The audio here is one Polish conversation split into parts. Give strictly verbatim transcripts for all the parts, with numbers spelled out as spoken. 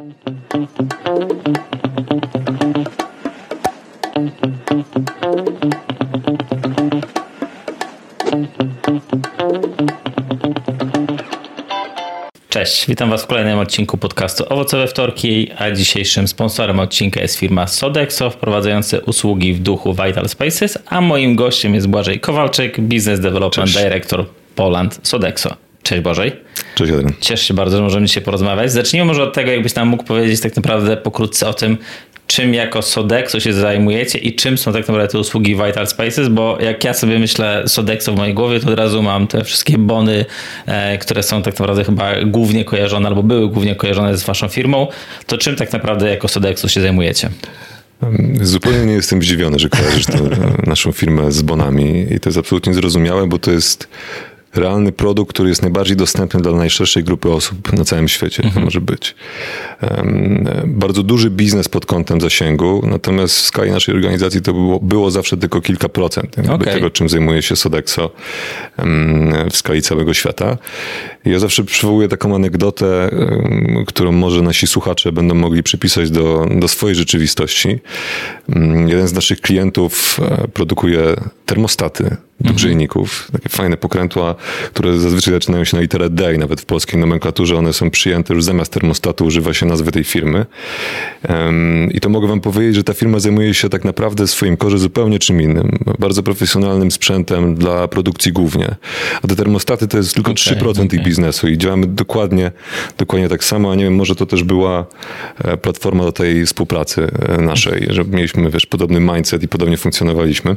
Cześć, witam Was w kolejnym odcinku podcastu Owocowe Wtorki, a dzisiejszym sponsorem odcinka jest firma Sodexo, wprowadzająca usługi w duchu Vital Spaces, a moim gościem jest Błażej Kowalczyk, Business Development Cześć. Director Poland Sodexo. Cześć Błażej. Cześć Adrian. Cieszę się bardzo, że możemy dzisiaj porozmawiać. Zacznijmy może od tego, jakbyś nam mógł powiedzieć tak naprawdę pokrótce o tym, czym jako Sodexo się zajmujecie i czym są tak naprawdę te usługi Vital Spaces, bo jak ja sobie myślę Sodexo w mojej głowie, to od razu mam te wszystkie bony, e, które są tak naprawdę chyba głównie kojarzone albo były głównie kojarzone z waszą firmą. To czym tak naprawdę jako Sodexo się zajmujecie? Zupełnie nie jestem zdziwiony, że kojarzysz tę naszą firmę z bonami i to jest absolutnie zrozumiałe, bo to jest realny produkt, który jest najbardziej dostępny dla najszerszej grupy osób na całym świecie. Mhm. To może być. Um, bardzo duży biznes pod kątem zasięgu, natomiast w skali naszej organizacji to było, było zawsze tylko kilka procent okay. tego, czym zajmuje się Sodexo um, w skali całego świata. I ja zawsze przywołuję taką anegdotę, um, którą może nasi słuchacze będą mogli przypisać do, do swojej rzeczywistości. Um, jeden z naszych klientów uh, produkuje termostaty do grzejników, takie fajne pokrętła, które zazwyczaj zaczynają się na literę D i nawet w polskiej nomenklaturze one są przyjęte już zamiast termostatu, używa się nazwy tej firmy. Um, I to mogę wam powiedzieć, że ta firma zajmuje się tak naprawdę w swoim korze zupełnie czym innym. Bardzo profesjonalnym sprzętem dla produkcji głównie. A te termostaty to jest tylko okay, trzy procent okay. ich biznesu i działamy dokładnie, dokładnie tak samo, a nie wiem, może to też była platforma do tej współpracy naszej, że mieliśmy, wiesz, podobny mindset i podobnie funkcjonowaliśmy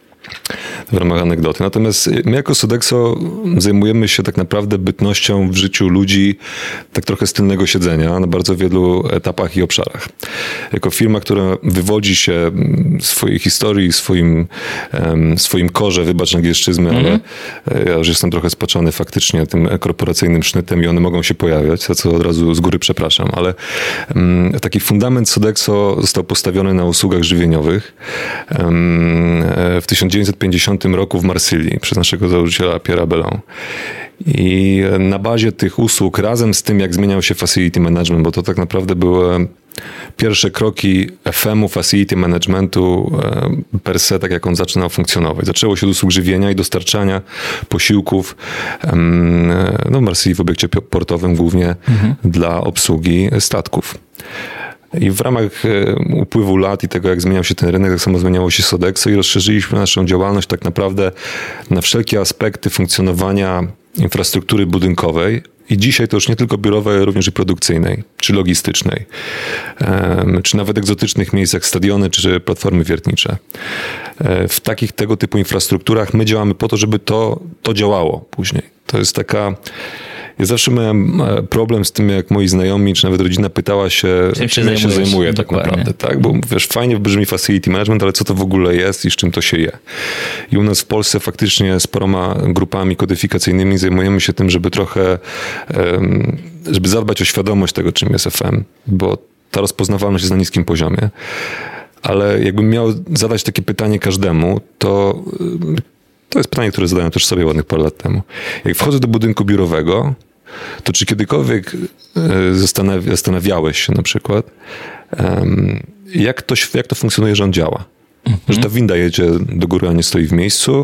w ramach anegdoty. Natomiast my jako Sodexo zajmujemy się tak naprawdę bytnością w życiu ludzi tak trochę z tylnego siedzenia na bardzo wielu etapach i obszarach. Jako firma, która wywodzi się w swojej historii, swoim, swoim korze, wybacz angielszczyzmy, mm-hmm. ale ja już jestem trochę spaczony faktycznie tym korporacyjnym sznytem i one mogą się pojawiać, za co od razu z góry przepraszam, ale taki fundament Sodexo został postawiony na usługach żywieniowych w tysiąc dziewięćset pięćdziesiątym roku w Marsylii przez naszego założyciela Pierre'a Bellon. I na bazie tych usług, razem z tym, jak zmieniał się facility management, bo to tak naprawdę były pierwsze kroki F M u, facility managementu per se, tak jak on zaczynał funkcjonować. Zaczęło się od usług żywienia i dostarczania posiłków no, w Marsylii w obiekcie portowym głównie mhm. dla obsługi statków. I w ramach upływu lat i tego, jak zmieniał się ten rynek, tak samo zmieniało się Sodexo i rozszerzyliśmy naszą działalność tak naprawdę na wszelkie aspekty funkcjonowania infrastruktury budynkowej. I dzisiaj to już nie tylko biurowej, ale również i produkcyjnej, czy logistycznej, czy nawet egzotycznych miejscach, stadiony, czy platformy wiertnicze. W takich tego typu infrastrukturach my działamy po to, żeby to, to działało później. To jest taka... Ja zawsze miałem problem z tym, jak moi znajomi, czy nawet rodzina pytała się, czym, czym ja się zajmuję tak naprawdę, tak? Bo wiesz, fajnie brzmi facility management, ale co to w ogóle jest i z czym to się je? I u nas w Polsce faktycznie z paroma grupami kodyfikacyjnymi zajmujemy się tym, żeby trochę, żeby zadbać o świadomość tego, czym jest F M, bo ta rozpoznawalność jest na niskim poziomie. Ale jakbym miał zadać takie pytanie każdemu, to to jest pytanie, które zadałem też sobie ładnych parę lat temu. Jak wchodzę do budynku biurowego, to czy kiedykolwiek zastanawiałeś się na przykład, jak to, jak to funkcjonuje, że on działa? Mhm. Że ta winda jedzie do góry, a nie stoi w miejscu,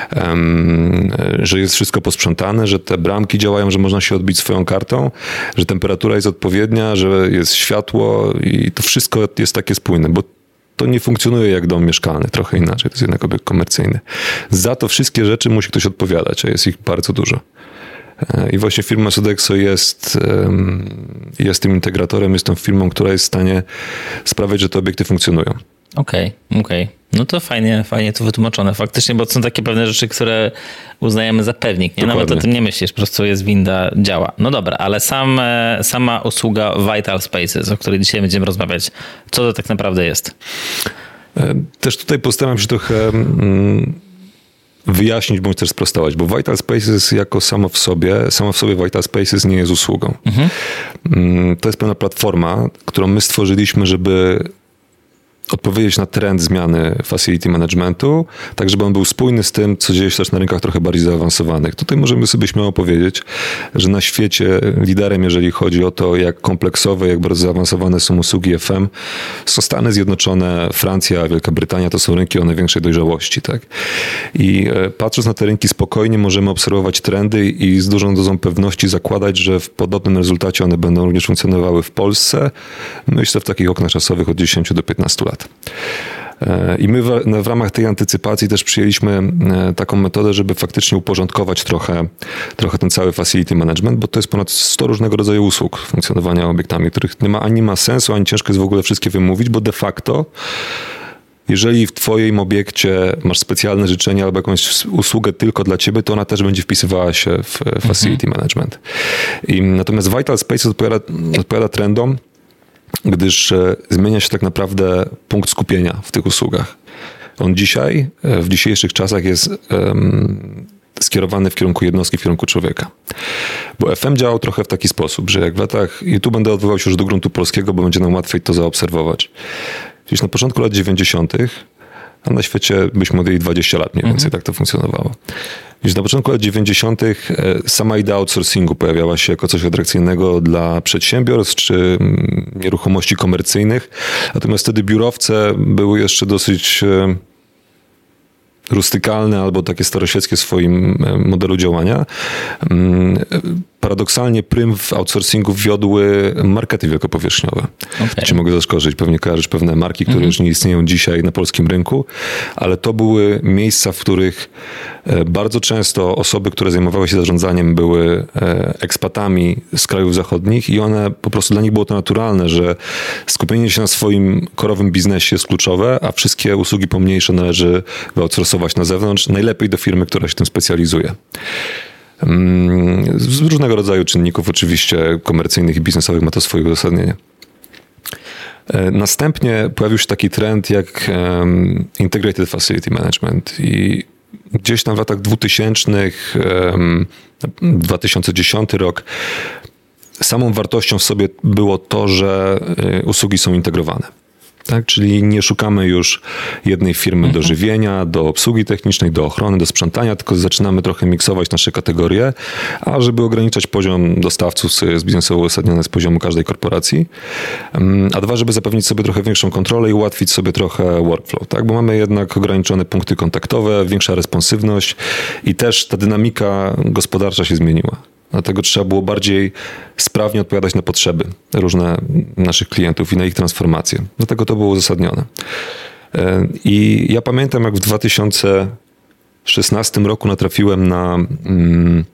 że jest wszystko posprzątane, że te bramki działają, że można się odbić swoją kartą, że temperatura jest odpowiednia, że jest światło i to wszystko jest takie spójne, bo to nie funkcjonuje jak dom mieszkalny, trochę inaczej, to jest jednak obiekt komercyjny. Za to wszystkie rzeczy musi ktoś odpowiadać, a jest ich bardzo dużo. I właśnie firma Sodexo jest, jest tym integratorem, jest tą firmą, która jest w stanie sprawiać, że te obiekty funkcjonują. Okej, okay, okej. Okay. No to fajnie, fajnie to wytłumaczone faktycznie, bo to są takie pewne rzeczy, które uznajemy za pewnik. Nie? Nawet o tym nie myślisz, po prostu jest winda, działa. No dobra, ale sam, sama usługa Vital Spaces, o której dzisiaj będziemy rozmawiać, co to tak naprawdę jest? Też tutaj postaram się trochę wyjaśnić, bądź też sprostować, bo Vital Spaces jako samo w sobie, samo w sobie Vital Spaces nie jest usługą. Mhm. To jest pewna platforma, którą my stworzyliśmy, żeby odpowiedzieć na trend zmiany facility managementu, tak żeby on był spójny z tym, co dzieje się też na rynkach trochę bardziej zaawansowanych. Tutaj możemy sobie śmiało powiedzieć, że na świecie liderem, jeżeli chodzi o to, jak kompleksowe, jak bardzo zaawansowane są usługi F M, są Stany Zjednoczone, Francja, Wielka Brytania, to są rynki o największej dojrzałości. Tak? I patrząc na te rynki spokojnie, możemy obserwować trendy i z dużą dozą pewności zakładać, że w podobnym rezultacie one będą również funkcjonowały w Polsce. Myślę w takich oknach czasowych od dziesięciu do piętnastu lat. I my w, w ramach tej antycypacji też przyjęliśmy taką metodę, żeby faktycznie uporządkować trochę, trochę ten cały facility management, bo to jest ponad sto różnego rodzaju usług funkcjonowania obiektami, których nie ma, ani ma sensu, ani ciężko jest w ogóle wszystkie wymówić, bo de facto jeżeli w twoim obiekcie masz specjalne życzenie albo jakąś usługę tylko dla ciebie, to ona też będzie wpisywała się w facility mhm. management. I natomiast Vital Spaces odpowiada, odpowiada trendom, gdyż zmienia się tak naprawdę punkt skupienia w tych usługach. On dzisiaj, w dzisiejszych czasach jest um, skierowany w kierunku jednostki, w kierunku człowieka. Bo F M działał trochę w taki sposób, że jak w latach, i tu będę odwołał się już do gruntu polskiego, bo będzie nam łatwiej to zaobserwować. Gdzieś na początku lat dziewięćdziesiątych, a na świecie byśmy odjęli dwadzieścia lat mniej więcej, mhm. tak to funkcjonowało. Gdzieś na początku lat dziewięćdziesiątych sama idea outsourcingu pojawiała się jako coś atrakcyjnego dla przedsiębiorstw czy nieruchomości komercyjnych. Natomiast wtedy biurowce były jeszcze dosyć rustykalne albo takie staroświeckie w swoim modelu działania. Paradoksalnie prym w outsourcingu wiodły markety wielkopowierzchniowe. Okay. Cię mogę zaskoczyć, pewnie kojarzysz pewne marki, które mm-hmm. już nie istnieją dzisiaj na polskim rynku, ale to były miejsca, w których bardzo często osoby, które zajmowały się zarządzaniem, były ekspatami z krajów zachodnich i one po prostu dla nich było to naturalne, że skupienie się na swoim korowym biznesie jest kluczowe, a wszystkie usługi pomniejsze należy wyoutsourcować na zewnątrz, najlepiej do firmy, która się tym specjalizuje. Z różnego rodzaju czynników oczywiście komercyjnych i biznesowych ma to swoje uzasadnienie. Następnie pojawił się taki trend jak Integrated Facility Management i gdzieś tam w latach dwutysięcznych, dwa tysiące dziesiąty rok, samą wartością w sobie było to, że usługi są integrowane. Tak, czyli nie szukamy już jednej firmy do żywienia, do obsługi technicznej, do ochrony, do sprzątania, tylko zaczynamy trochę miksować nasze kategorie, a żeby ograniczać poziom dostawców, co jest biznesowo uzasadnione z poziomu każdej korporacji, a dwa, żeby zapewnić sobie trochę większą kontrolę i ułatwić sobie trochę workflow, tak, bo mamy jednak ograniczone punkty kontaktowe, większa responsywność i też ta dynamika gospodarcza się zmieniła. Dlatego trzeba było bardziej sprawnie odpowiadać na potrzeby różne naszych klientów i na ich transformację. Dlatego to było uzasadnione. I ja pamiętam, jak w dwa tysiące szesnastym roku natrafiłem na mm,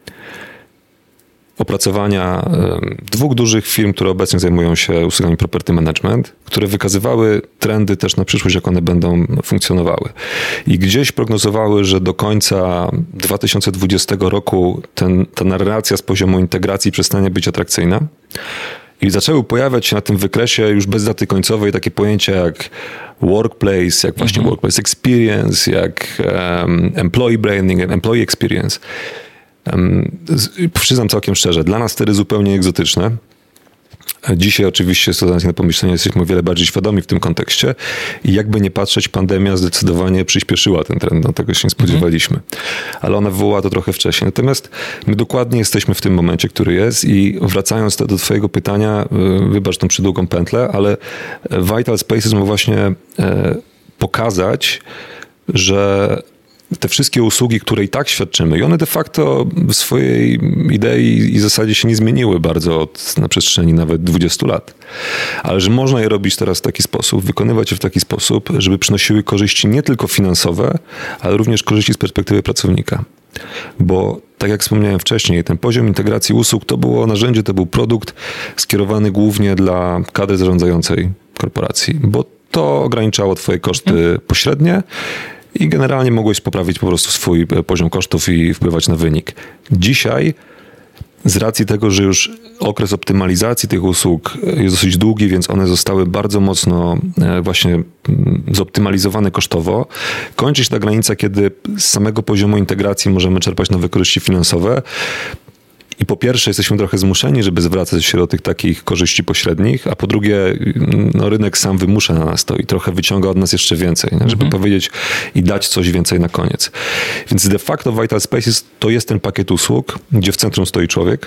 opracowania dwóch dużych firm, które obecnie zajmują się usługami property management, które wykazywały trendy też na przyszłość, jak one będą funkcjonowały. I gdzieś prognozowały, że do końca dwa tysiące dwudziestego roku ten, ta narracja z poziomu integracji przestanie być atrakcyjna. I zaczęły pojawiać się na tym wykresie już bez daty końcowej takie pojęcia jak workplace, jak właśnie mhm. workplace experience, jak um, employee branding, employee experience. Um, przyznam całkiem szczerze, dla nas wtedy zupełnie egzotyczne. Dzisiaj oczywiście jest to na pomyślenie, jesteśmy o wiele bardziej świadomi w tym kontekście i jakby nie patrzeć, pandemia zdecydowanie przyspieszyła ten trend, no tego się nie spodziewaliśmy. Mm-hmm. Ale ona wywołała to trochę wcześniej. Natomiast my dokładnie jesteśmy w tym momencie, który jest i wracając do twojego pytania, wybacz tą przydługą pętlę, ale Vital Spaces ma właśnie pokazać, że te wszystkie usługi, które i tak świadczymy, i one de facto w swojej idei i zasadzie się nie zmieniły bardzo od, na przestrzeni nawet dwudziestu lat. Ale że można je robić teraz w taki sposób, wykonywać je w taki sposób, żeby przynosiły korzyści nie tylko finansowe, ale również korzyści z perspektywy pracownika. Bo tak jak wspomniałem wcześniej, ten poziom integracji usług to było narzędzie, to był produkt skierowany głównie dla kadry zarządzającej korporacji, bo to ograniczało twoje koszty pośrednie i generalnie mogłeś poprawić po prostu swój poziom kosztów i wpływać na wynik. Dzisiaj z racji tego, że już okres optymalizacji tych usług jest dosyć długi, więc one zostały bardzo mocno właśnie zoptymalizowane kosztowo, kończy się ta granica, kiedy z samego poziomu integracji możemy czerpać nowe korzyści finansowe I po pierwsze jesteśmy trochę zmuszeni, żeby zwracać się do tych takich korzyści pośrednich, a po drugie no, rynek sam wymusza na nas to i trochę wyciąga od nas jeszcze więcej, nie? Żeby mhm. powiedzieć i dać coś więcej na koniec. Więc de facto Vital Spaces to jest ten pakiet usług, gdzie w centrum stoi człowiek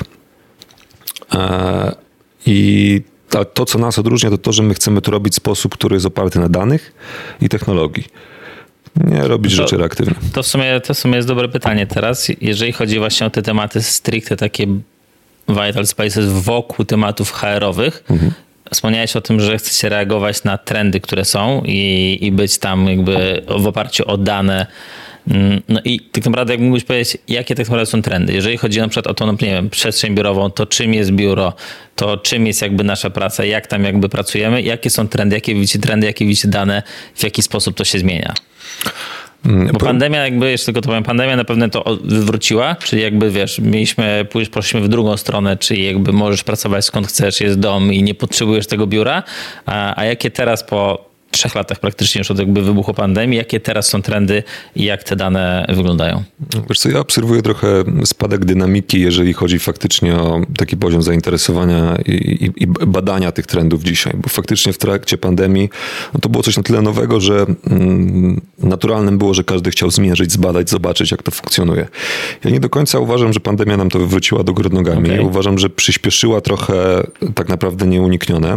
i to, co nas odróżnia, to to, że my chcemy to robić w sposób, który jest oparty na danych i technologii. Nie robić to, rzeczy reaktywne. To w, sumie, to w sumie jest dobre pytanie teraz. Jeżeli chodzi właśnie o te tematy stricte takie Vital Spaces wokół tematów H R-owych, mhm. wspomniałeś o tym, że chcecie reagować na trendy, które są i, i być tam jakby w oparciu o dane. No i tak naprawdę jak mógłbyś powiedzieć, jakie tak naprawdę są trendy? Jeżeli chodzi na przykład o tą, no nie wiem, przestrzeń biurową, to czym jest biuro, to czym jest jakby nasza praca, jak tam jakby pracujemy, jakie są trendy, jakie widzicie trendy, jakie widzicie dane, w jaki sposób to się zmienia? Bo pandemia jakby, jeszcze tylko to powiem, pandemia na pewno to wywróciła, czyli jakby wiesz, mieliśmy, poszliśmy w drugą stronę, czyli jakby możesz pracować skąd chcesz, jest dom i nie potrzebujesz tego biura, a, a jakie teraz po trzech latach praktycznie już od jakby wybuchu pandemii, jakie teraz są trendy i jak te dane wyglądają? Wiesz co, ja obserwuję trochę spadek dynamiki, jeżeli chodzi faktycznie o taki poziom zainteresowania i, i, i badania tych trendów dzisiaj, bo faktycznie w trakcie pandemii no to było coś na tyle nowego, że mm, naturalnym było, że każdy chciał zmierzyć, zbadać, zobaczyć, jak to funkcjonuje. Ja nie do końca uważam, że pandemia nam to wywróciła do góry nogami. Okay. Uważam, że przyspieszyła trochę tak naprawdę nieuniknione.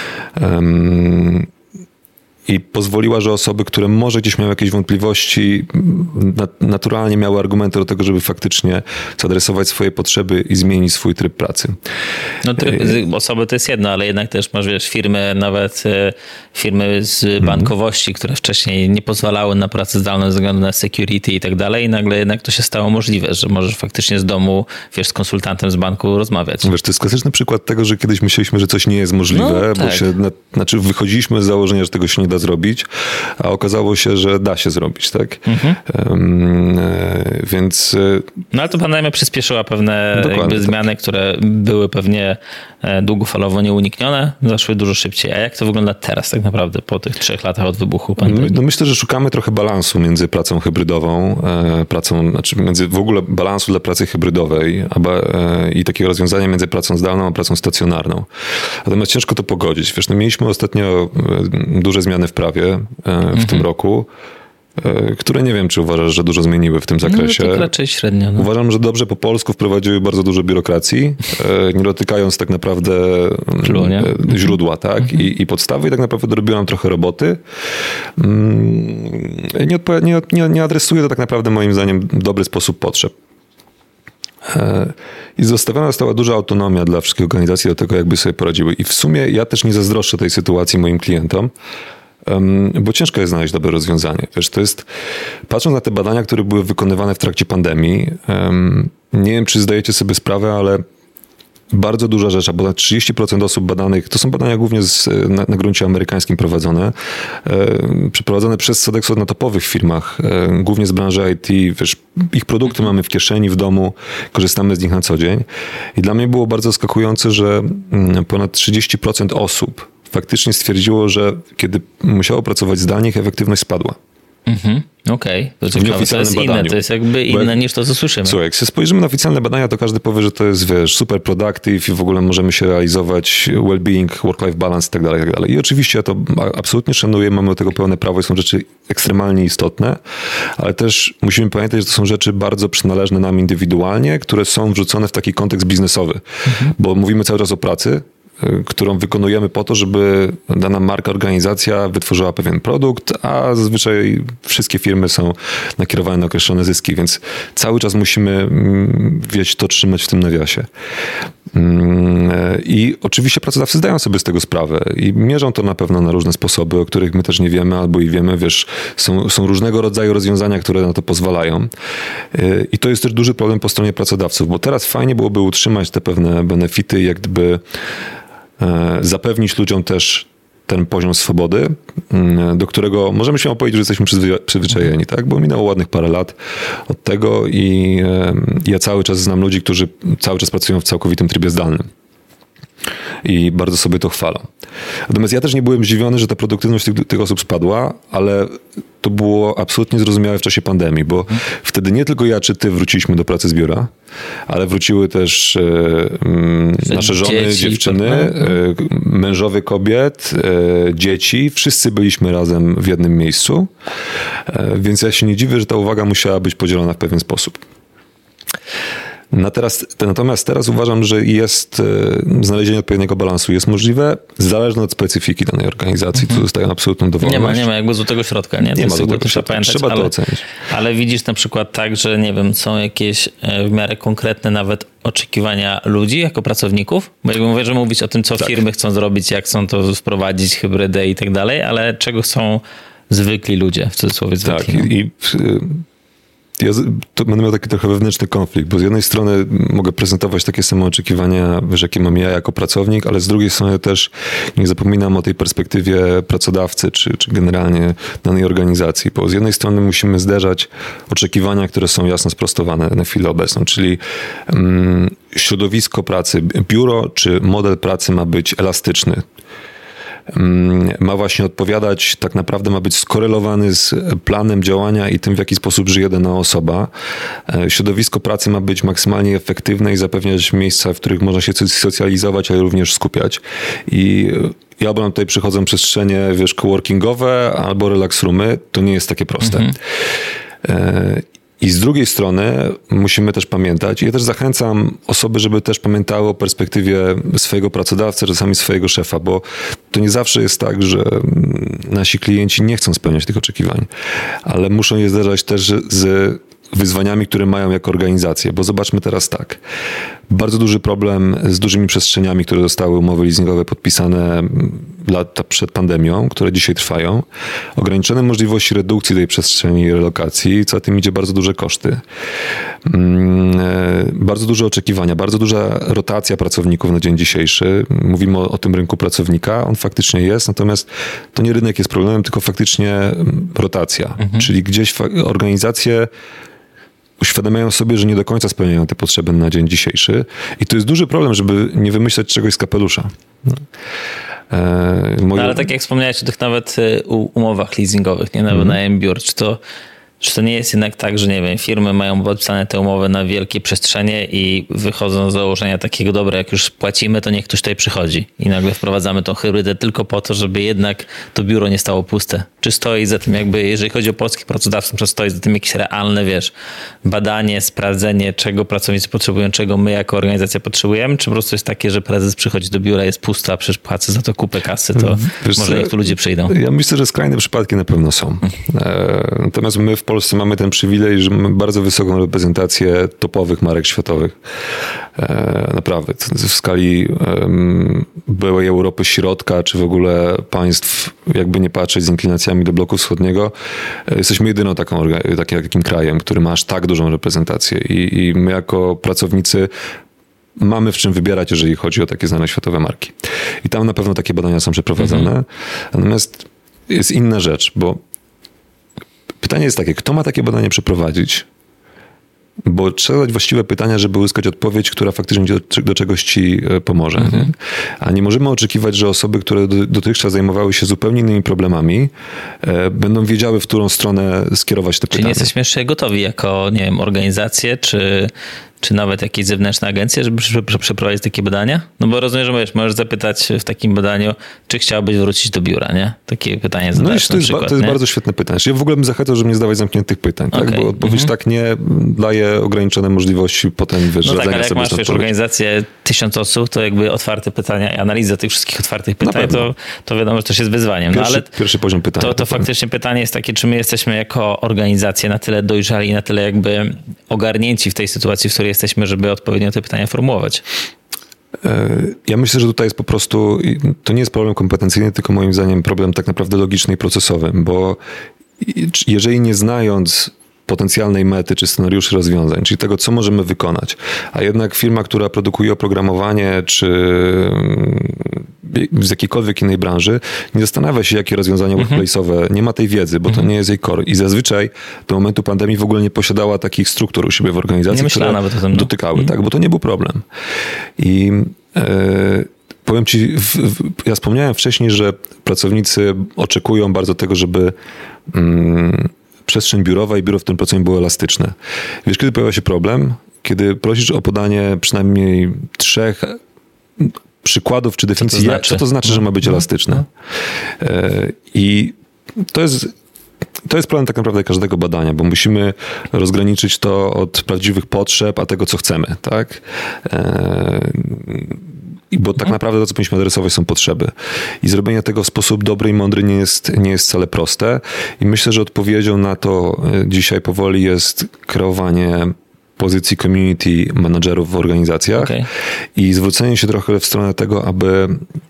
Um, I pozwoliła, że osoby, które może gdzieś miały jakieś wątpliwości, naturalnie miały argumenty do tego, żeby faktycznie zaadresować swoje potrzeby i zmienić swój tryb pracy. No tryb osoby to jest jedno, ale jednak też masz, wiesz, firmy, nawet firmy z bankowości, które wcześniej nie pozwalały na pracę zdalną ze względu na security i tak dalej i nagle jednak to się stało możliwe, że możesz faktycznie z domu, wiesz, z konsultantem z banku rozmawiać. Wiesz, to jest klasyczny przykład tego, że kiedyś myśleliśmy, że coś nie jest możliwe, no, bo tak. się, na, znaczy wychodziliśmy z założenia, że tego się nie da zrobić, a okazało się, że da się zrobić, tak? Mhm. Um, e, więc... No ale to pandemia przyspieszyła pewne jakby zmiany, tak. które były pewnie długofalowo nieuniknione, zaszły dużo szybciej. A jak to wygląda teraz tak naprawdę po tych trzech latach od wybuchu pandemii? No myślę, że szukamy trochę balansu między pracą hybrydową, e, pracą, znaczy między w ogóle balansu dla pracy hybrydowej a, e, i takiego rozwiązania między pracą zdalną a pracą stacjonarną. Natomiast ciężko to pogodzić. Wiesz, no mieliśmy ostatnio duże zmiany w prawie e, w mhm. tym roku, które nie wiem, czy uważasz, że dużo zmieniły w tym zakresie. No, to raczej średnio. No. Uważam, że dobrze po polsku wprowadziły bardzo dużo biurokracji, nie dotykając tak naprawdę Clue, nie? źródła, tak? Mhm. I, i podstawy i tak naprawdę dorobiło nam trochę roboty. Nie, odpo- nie, nie, nie adresuje to tak naprawdę moim zdaniem w dobry sposób potrzeb. I zostawiona została duża autonomia dla wszystkich organizacji do tego, jakby sobie poradziły. I w sumie ja też nie zazdroszczę tej sytuacji moim klientom, Um, bo ciężko jest znaleźć dobre rozwiązanie. Wiesz, to jest, patrząc na te badania, które były wykonywane w trakcie pandemii, um, nie wiem, czy zdajecie sobie sprawę, ale bardzo duża rzecz, a ponad trzydzieści procent osób badanych, to są badania głównie z, na, na gruncie amerykańskim prowadzone, e, przeprowadzone przez Sodexo na topowych firmach, e, głównie z branży I T, wiesz, ich produkty mamy w kieszeni, w domu, korzystamy z nich na co dzień. I dla mnie było bardzo zaskakujące, że mm, ponad trzydzieści procent osób faktycznie stwierdziło, że kiedy musiało pracować zdalnie, ich efektywność spadła. Mhm, okej. Okay. To, to jest badaniu. inne, to jest jakby inne jak, niż to, co słyszymy. Słuchaj, jak się spojrzymy na oficjalne badania, to każdy powie, że to jest, wiesz, super productive i w ogóle możemy się realizować, well-being, work-life balance i tak dalej, i tak dalej. I oczywiście ja to absolutnie szanuję, mamy do tego pełne prawo i są rzeczy ekstremalnie istotne, ale też musimy pamiętać, że to są rzeczy bardzo przynależne nam indywidualnie, które są wrzucone w taki kontekst biznesowy, mhm. bo mówimy cały czas o pracy, którą wykonujemy po to, żeby dana marka, organizacja wytworzyła pewien produkt, a zazwyczaj wszystkie firmy są nakierowane na określone zyski, więc cały czas musimy, wiesz, to trzymać w tym nawiasie. I oczywiście pracodawcy zdają sobie z tego sprawę i mierzą to na pewno na różne sposoby, o których my też nie wiemy albo i wiemy, wiesz, są, są różnego rodzaju rozwiązania, które na to pozwalają. I to jest też duży problem po stronie pracodawców, bo teraz fajnie byłoby utrzymać te pewne benefity, jak gdyby zapewnić ludziom też ten poziom swobody, do którego możemy się opowiedzieć, że jesteśmy przyzwyczajeni, tak? Bo minęło ładnych parę lat od tego i ja cały czas znam ludzi, którzy cały czas pracują w całkowitym trybie zdalnym. i bardzo sobie to chwalą. Natomiast ja też nie byłem zdziwiony, że ta produktywność tych, tych osób spadła, ale to było absolutnie zrozumiałe w czasie pandemii, bo hmm. wtedy nie tylko ja czy ty wróciliśmy do pracy z biura, ale wróciły też e, nasze żony, dzieci, dziewczyny, e, mężowie kobiet, e, dzieci. Wszyscy byliśmy razem w jednym miejscu, e, więc ja się nie dziwię, że ta uwaga musiała być podzielona w pewien sposób. Na teraz, natomiast teraz uważam, że jest e, znalezienie odpowiedniego balansu jest możliwe, zależne od specyfiki danej organizacji. Mhm. Tu zostaje absolutną dowolność. Nie ma, nie ma jakby złotego środka. Nie, nie to ma złotego trzeba środka. pamiętać, Trzeba ale, to ocenić. Ale widzisz na przykład tak, że nie wiem, są jakieś w miarę konkretne nawet oczekiwania ludzi jako pracowników? Bo jakby mówię, że mówić o tym, co tak. firmy chcą zrobić, jak chcą to wprowadzić, hybrydę i tak dalej, ale czego są zwykli ludzie, w cudzysłowie zwykli. Tak, i, i ja to będę miał taki trochę wewnętrzny konflikt, bo z jednej strony mogę prezentować takie same oczekiwania, wiesz, jakie mam ja jako pracownik, ale z drugiej strony też nie zapominam o tej perspektywie pracodawcy, czy, czy generalnie danej organizacji, bo z jednej strony musimy zderzać oczekiwania, które są jasno sprostowane na chwilę obecną, czyli um, środowisko pracy, biuro czy model pracy ma być elastyczny. Ma właśnie odpowiadać, tak naprawdę ma być skorelowany z planem działania i tym, w jaki sposób żyje dana osoba. Środowisko pracy ma być maksymalnie efektywne i zapewniać miejsca, w których można się socjalizować, ale również skupiać. I ja obrałem tutaj przychodzą przestrzenie, wiesz, coworkingowe albo relax roomy. To nie jest takie proste. Mhm. I z drugiej strony musimy też pamiętać, i ja też zachęcam osoby, żeby też pamiętały o perspektywie swojego pracodawcy, czasami swojego szefa, bo to nie zawsze jest tak, że nasi klienci nie chcą spełniać tych oczekiwań, ale muszą je zderzać też z wyzwaniami, które mają jako organizacje, bo zobaczmy teraz tak. Bardzo duży problem z dużymi przestrzeniami, które zostały umowy leasingowe podpisane lata przed pandemią, które dzisiaj trwają. Ograniczone możliwości redukcji tej przestrzeni i relokacji, co za tym idzie bardzo duże koszty. Bardzo duże oczekiwania, bardzo duża rotacja pracowników na dzień dzisiejszy. Mówimy o, o tym rynku pracownika, on faktycznie jest, natomiast to nie rynek jest problemem, tylko faktycznie rotacja, mhm. czyli gdzieś organizacje uświadamiają sobie, że nie do końca spełniają te potrzeby na dzień dzisiejszy. I to jest duży problem, żeby nie wymyślać czegoś z kapelusza. E, moje... no, ale tak jak wspomniałeś o tych nawet umowach leasingowych, nie? Nawet mm. na biur, czy to Czy to nie jest jednak tak, że nie wiem, firmy mają podpisane te umowy na wielkie przestrzenie i wychodzą z założenia takiego, dobra, jak już płacimy, to niech ktoś tutaj przychodzi i nagle wprowadzamy tą hybrydę tylko po to, żeby jednak to biuro nie stało puste. Czy stoi za tym jakby, jeżeli chodzi o polskich pracodawców, czy stoi za tym jakieś realne, wiesz, badanie, sprawdzenie, czego pracownicy potrzebują, czego my jako organizacja potrzebujemy, czy po prostu jest takie, że prezes przychodzi do biura, jest pusta, przecież płacę za to kupę kasy, to wiesz, może niech tu ludzie przyjdą. Ja myślę, że skrajne przypadki na pewno są. Natomiast my w Polsce mamy ten przywilej, że mamy bardzo wysoką reprezentację topowych marek światowych. E, naprawdę. W skali um, byłej Europy Środka, czy w ogóle państw, jakby nie patrzeć, z inklinacjami do bloku wschodniego, e, jesteśmy jedyną taką, takim, takim krajem, który ma aż tak dużą reprezentację. I, i my jako pracownicy mamy w czym wybierać, jeżeli chodzi o takie znane światowe marki. I tam na pewno takie badania są przeprowadzane. Mhm. Natomiast jest inna rzecz, bo pytanie jest takie, kto ma takie badanie przeprowadzić? Bo trzeba zadać właściwe pytania, żeby uzyskać odpowiedź, która faktycznie do, do czegoś ci pomoże. Mhm. Nie? A nie możemy oczekiwać, że osoby, które dotychczas zajmowały się zupełnie innymi problemami, e, będą wiedziały, w którą stronę skierować te Czyli pytania. nie jesteśmy jeszcze gotowi jako, nie wiem, organizacje, czy... czy nawet jakieś zewnętrzne agencje, żeby przeprowadzić takie badania? No bo rozumiem, że możesz, możesz zapytać w takim badaniu, czy chciałbyś wrócić do biura, nie? Takie pytanie zadać. No i to, przykład, jest, to jest bardzo świetne pytanie. Ja w ogóle bym zachęcał, żeby nie zdawać zamkniętych pytań, okay. tak? Bo odpowiedź mm-hmm. tak nie daje ograniczone możliwości potem, wiesz, no tak, ale jak sobie masz wiesz, organizację tysiąc osób, to jakby otwarte pytania i analiza tych wszystkich otwartych pytań, to, to wiadomo, że to jest wyzwaniem. Pierwszy, no, ale pierwszy poziom pytania. To, to faktycznie pytanie jest takie, czy my jesteśmy jako organizacja na tyle dojrzali i na tyle jakby ogarnięci w tej sytuacji, w której jesteśmy, żeby odpowiednio te pytania formułować. Ja myślę, że tutaj jest po prostu, to nie jest problem kompetencyjny, tylko moim zdaniem problem tak naprawdę logiczny i procesowy, bo jeżeli nie znając potencjalnej mety czy scenariuszy rozwiązań, czyli tego, co możemy wykonać, a jednak firma, która produkuje oprogramowanie czy z jakiejkolwiek innej branży, nie zastanawia się, jakie rozwiązania workplace'owe, nie ma tej wiedzy, bo to nie jest jej core. I zazwyczaj do momentu pandemii w ogóle nie posiadała takich struktur u siebie w organizacji, nie które nawet o tym, no. dotykały, tak, bo to nie był problem. I e, powiem ci, w, w, ja wspomniałem wcześniej, że pracownicy oczekują bardzo tego, żeby mm, przestrzeń biurowa i biuro, w którym pracują, było elastyczne. Wiesz, kiedy pojawia się problem? Kiedy prosisz o podanie przynajmniej trzech przykładów czy definicji, co to znaczy, co to znaczy że ma być elastyczne. I to jest, to jest problem tak naprawdę każdego badania, bo musimy rozgraniczyć to od prawdziwych potrzeb, a tego, co chcemy, tak? I bo tak naprawdę to, co powinniśmy adresować, są potrzeby. I zrobienie tego w sposób dobry i mądry nie jest, nie jest wcale proste. I myślę, że odpowiedzią na to dzisiaj powoli jest kreowanie pozycji community managerów w organizacjach okay. i zwrócenie się trochę w stronę tego, aby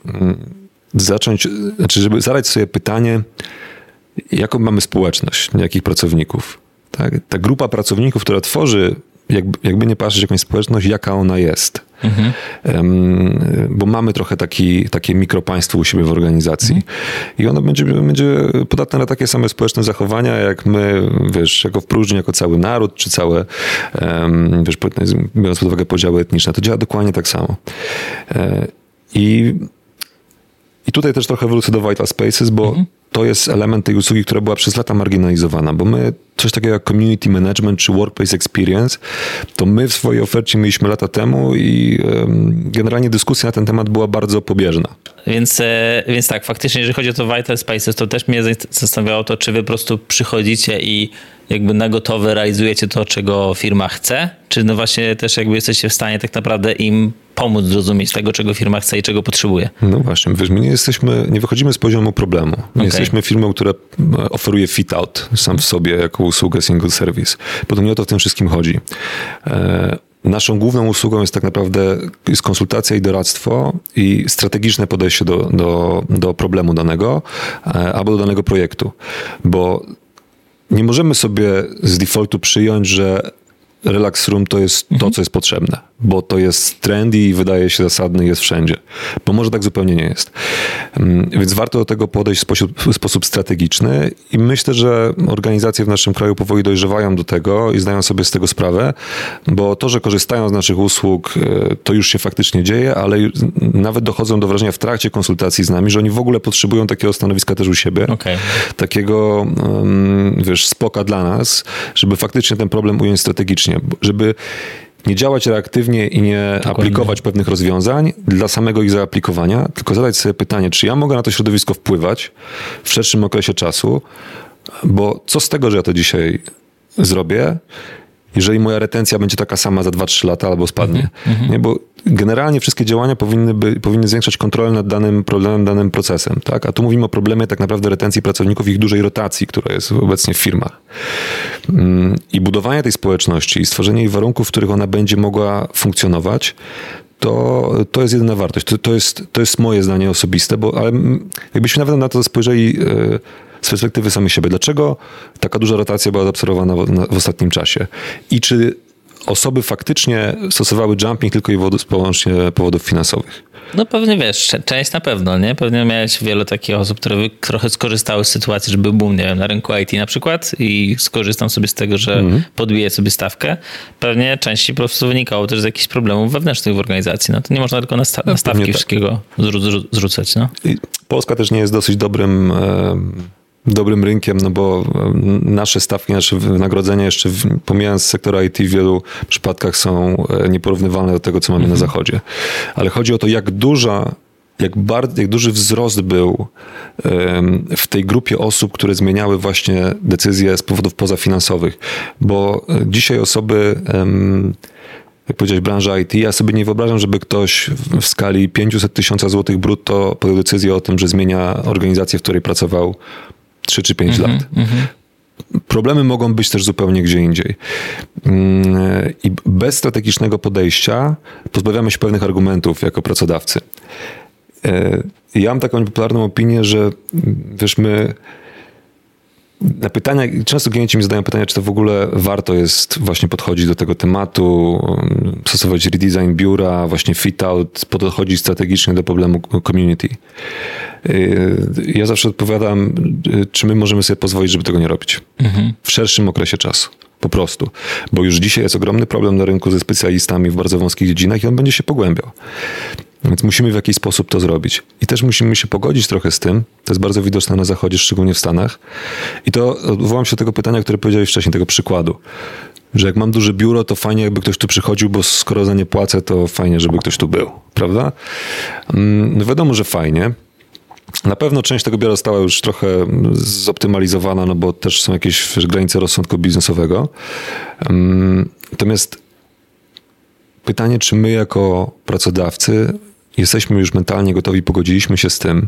zacząć, znaczy żeby zadać sobie pytanie, jaką mamy społeczność, jakich pracowników. Tak? Ta grupa pracowników, która tworzy, jakby, jakby nie patrzeć jakąś społeczność, jaka ona jest. Mhm. Um, bo mamy trochę taki, takie mikropaństwo u siebie w organizacji. Mhm. I ono będzie, będzie podatne na takie same społeczne zachowania, jak my, wiesz, jako w próżni, jako cały naród, czy całe, um, wiesz, biorąc pod uwagę podziały etniczne. To działa dokładnie tak samo. E, I I tutaj też trochę wrócę do Vital Spaces, bo mhm. to jest element tej usługi, która była przez lata marginalizowana, bo my coś takiego jak community management czy workplace experience, to my w swojej ofercie mieliśmy lata temu i um, generalnie dyskusja na ten temat była bardzo pobieżna. Więc, e, więc tak, faktycznie jeżeli chodzi o to Vital Spaces, to też mnie zastanawiało to, czy wy po prostu przychodzicie i jakby na gotowe realizujecie to, czego firma chce, czy no właśnie też jakby jesteście w stanie tak naprawdę im pomóc zrozumieć tego, czego firma chce i czego potrzebuje. No właśnie, wiesz, my nie jesteśmy, nie wychodzimy z poziomu problemu. Nie okay. jesteśmy firmą, która oferuje fit-out sam w sobie jako usługę single service. Bo to nie o to w tym wszystkim chodzi. E, naszą główną usługą jest tak naprawdę jest konsultacja i doradztwo i strategiczne podejście do, do, do problemu danego e, albo do danego projektu. Bo nie możemy sobie z defaultu przyjąć, że Relax Room to jest to, mhm. co jest potrzebne, bo to jest trendy i wydaje się zasadny, jest wszędzie. Bo może tak zupełnie nie jest. Więc warto do tego podejść w sposób, w sposób strategiczny i myślę, że organizacje w naszym kraju powoli dojrzewają do tego i zdają sobie z tego sprawę, bo to, że korzystają z naszych usług, to już się faktycznie dzieje, ale nawet dochodzą do wrażenia w trakcie konsultacji z nami, że oni w ogóle potrzebują takiego stanowiska też u siebie. Okay. Takiego, wiesz, spoka dla nas, żeby faktycznie ten problem ująć strategicznie. Żeby nie działać reaktywnie i nie Dokładnie. aplikować pewnych rozwiązań dla samego ich zaaplikowania, tylko zadać sobie pytanie, czy ja mogę na to środowisko wpływać w szerszym okresie czasu, bo co z tego, że ja to dzisiaj zrobię, jeżeli moja retencja będzie taka sama za dwa trzy lata albo spadnie. Mm-hmm. Nie? Bo generalnie wszystkie działania powinny, by, powinny zwiększać kontrolę nad danym problemem, danym procesem. Tak? A tu mówimy o problemie tak naprawdę retencji pracowników i ich dużej rotacji, która jest obecnie w firmach. I budowanie tej społeczności i stworzenie jej warunków, w których ona będzie mogła funkcjonować, to, to jest jedyna wartość. To, to, jest, to jest moje zdanie osobiste, bo ale jakbyśmy nawet na to spojrzeli z perspektywy samych siebie. Dlaczego taka duża rotacja była zaobserwowana w, w ostatnim czasie? I czy osoby faktycznie stosowały jumping tylko i wyłącznie powodów finansowych? No pewnie wiesz, część na pewno, nie? Pewnie miałeś wiele takich osób, które trochę skorzystały z sytuacji, żeby boom, nie wiem, na rynku I T na przykład i skorzystam sobie z tego, że mm. podbiję sobie stawkę. Pewnie części po prostu wynikało też z jakichś problemów wewnętrznych w organizacji. No to nie można tylko na, sta- na stawki tak. wszystkiego zrzu- zrzucać, no. I Polska też nie jest dosyć dobrym... E- dobrym rynkiem, no bo nasze stawki, nasze wynagrodzenia jeszcze pomijając sektora I T w wielu przypadkach są nieporównywalne do tego, co mamy mm-hmm. na zachodzie. Ale chodzi o to, jak duża, jak, bardzo, jak duży wzrost był um, w tej grupie osób, które zmieniały właśnie decyzje z powodów pozafinansowych. Bo dzisiaj osoby um, jak powiedziałeś, branża I T, ja sobie nie wyobrażam, żeby ktoś w skali pięćset tysięcy złotych brutto podjął decyzję o tym, że zmienia organizację, w której pracował trzy czy pięć mm-hmm, lat. Mm-hmm. Problemy mogą być też zupełnie gdzie indziej. I bez strategicznego podejścia pozbawiamy się pewnych argumentów jako pracodawcy. Ja mam taką popularną opinię, że wiesz, my na pytania, często klienci mi zadają pytania, czy to w ogóle warto jest właśnie podchodzić do tego tematu, stosować redesign biura, właśnie fit-out, podchodzić strategicznie do problemu community. Ja zawsze odpowiadam, czy my możemy sobie pozwolić, żeby tego nie robić. Mhm. W szerszym okresie czasu. Po prostu. Bo już dzisiaj jest ogromny problem na rynku ze specjalistami w bardzo wąskich dziedzinach i on będzie się pogłębiał. Więc musimy w jakiś sposób to zrobić. I też musimy się pogodzić trochę z tym, to jest bardzo widoczne na Zachodzie, szczególnie w Stanach. I to odwołam się do tego pytania, które powiedziałeś wcześniej, tego przykładu. Że jak mam duże biuro, to fajnie jakby ktoś tu przychodził, bo skoro za nie płacę, to fajnie, żeby ktoś tu był. Prawda? No wiadomo, że fajnie. Na pewno część tego biura została już trochę zoptymalizowana, no bo też są jakieś wiesz, granice rozsądku biznesowego. Natomiast pytanie, czy my jako pracodawcy jesteśmy już mentalnie gotowi, pogodziliśmy się z tym,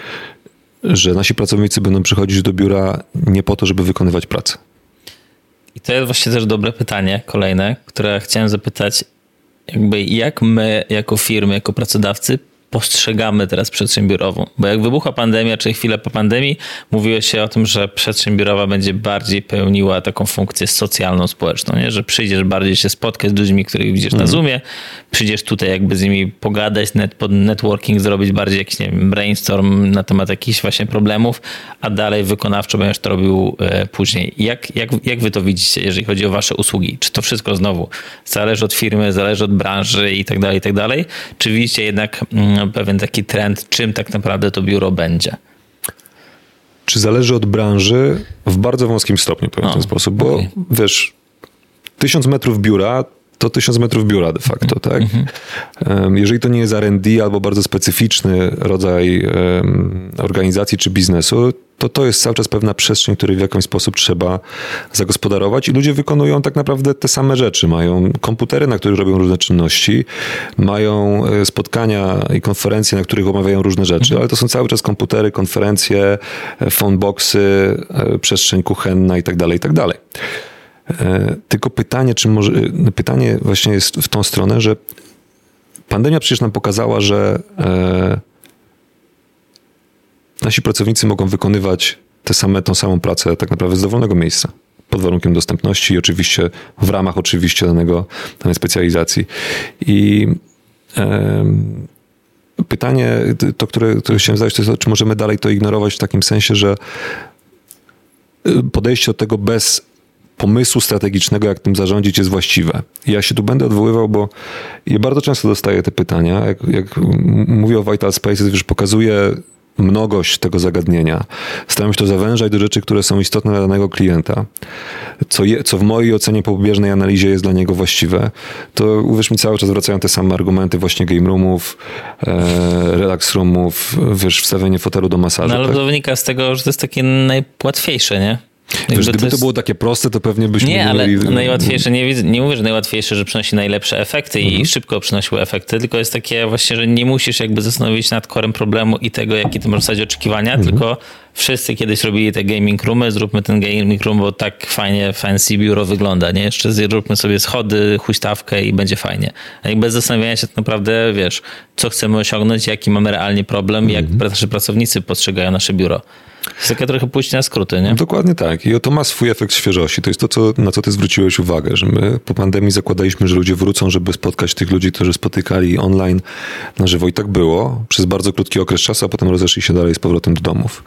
że nasi pracownicy będą przychodzić do biura nie po to, żeby wykonywać pracę. I to jest właśnie też dobre pytanie, kolejne, które chciałem zapytać, jakby jak my jako firmy, jako pracodawcy postrzegamy teraz przestrzeń biurową. Bo jak wybuchła pandemia, czy chwilę po pandemii, mówiło się o tym, że przestrzeń biurowa będzie bardziej pełniła taką funkcję socjalną, społeczną, nie? Że przyjdziesz bardziej się spotkać z ludźmi, których widzisz mm. na Zoomie, przyjdziesz tutaj jakby z nimi pogadać, net, pod networking zrobić bardziej jakiś, nie wiem, brainstorm na temat jakichś właśnie problemów, a dalej wykonawczo będziesz to robił e, później. Jak, jak, jak wy to widzicie, jeżeli chodzi o wasze usługi? Czy to wszystko znowu zależy od firmy, zależy od branży i tak dalej, i tak dalej? Czy widzicie jednak mm, pewien taki trend, czym tak naprawdę to biuro będzie? Czy zależy od branży? W bardzo wąskim stopniu, powiem w ten sposób, bo okay. wiesz, tysiąc metrów biura to tysiąc metrów biura de facto, tak? Mm-hmm. Jeżeli to nie jest R and D albo bardzo specyficzny rodzaj um, organizacji czy biznesu, to to jest cały czas pewna przestrzeń, której w jakiś sposób trzeba zagospodarować i ludzie wykonują tak naprawdę te same rzeczy. Mają komputery, na których robią różne czynności, mają spotkania i konferencje, na których omawiają różne rzeczy, mm-hmm. ale to są cały czas komputery, konferencje, phoneboxy, przestrzeń kuchenna i tak dalej, i tak dalej. Tylko pytanie, czy może, pytanie właśnie jest w tą stronę, że pandemia przecież nam pokazała, że e, nasi pracownicy mogą wykonywać te same, tą samą pracę tak naprawdę z dowolnego miejsca. Pod warunkiem dostępności i oczywiście w ramach oczywiście danego, danej specjalizacji. I e, pytanie, to które, które chciałem zadać, to jest, czy możemy dalej to ignorować w takim sensie, że podejście do tego bez pomysłu strategicznego, jak tym zarządzić, jest właściwe. Ja się tu będę odwoływał, bo ja bardzo często dostaję te pytania. Jak, jak mówię o Vital Spaces, już pokazuję mnogość tego zagadnienia. Staram się to zawężać do rzeczy, które są istotne dla danego klienta. Co, je, co w mojej ocenie po pobieżnej analizie jest dla niego właściwe, to uwierz mi, cały czas wracają te same argumenty właśnie game roomów, e, relax roomów, wiesz, wstawienie fotelu do masażu. No ale tak? to wynika z tego, że to jest takie najłatwiejsze, nie? Wiesz, gdyby to, jest... to było takie proste, to pewnie byśmy... Nie, ale mieli... najłatwiejsze, nie, nie mówię, że najłatwiejsze, że przynosi najlepsze efekty mhm. i szybko przynosiły efekty, tylko jest takie właśnie, że nie musisz jakby zastanowić się nad korem problemu i tego, jakie ty możesz wsadzić oczekiwania, mhm. tylko wszyscy kiedyś robili te gaming roomy, zróbmy ten gaming room, bo tak fajnie fancy biuro wygląda, nie? Jeszcze zróbmy sobie schody, huśtawkę i będzie fajnie. A jak bez zastanawiania się tak naprawdę, wiesz, co chcemy osiągnąć, jaki mamy realnie problem, mhm. jak nasi pracownicy postrzegają nasze biuro. To jest takie trochę pójście na skróty, nie? Dokładnie tak. I to ma swój efekt świeżości. To jest to, co, na co ty zwróciłeś uwagę, że my po pandemii zakładaliśmy, że ludzie wrócą, żeby spotkać tych ludzi, którzy spotykali online na żywo. I tak było przez bardzo krótki okres czasu, a potem rozeszli się dalej z powrotem do domów.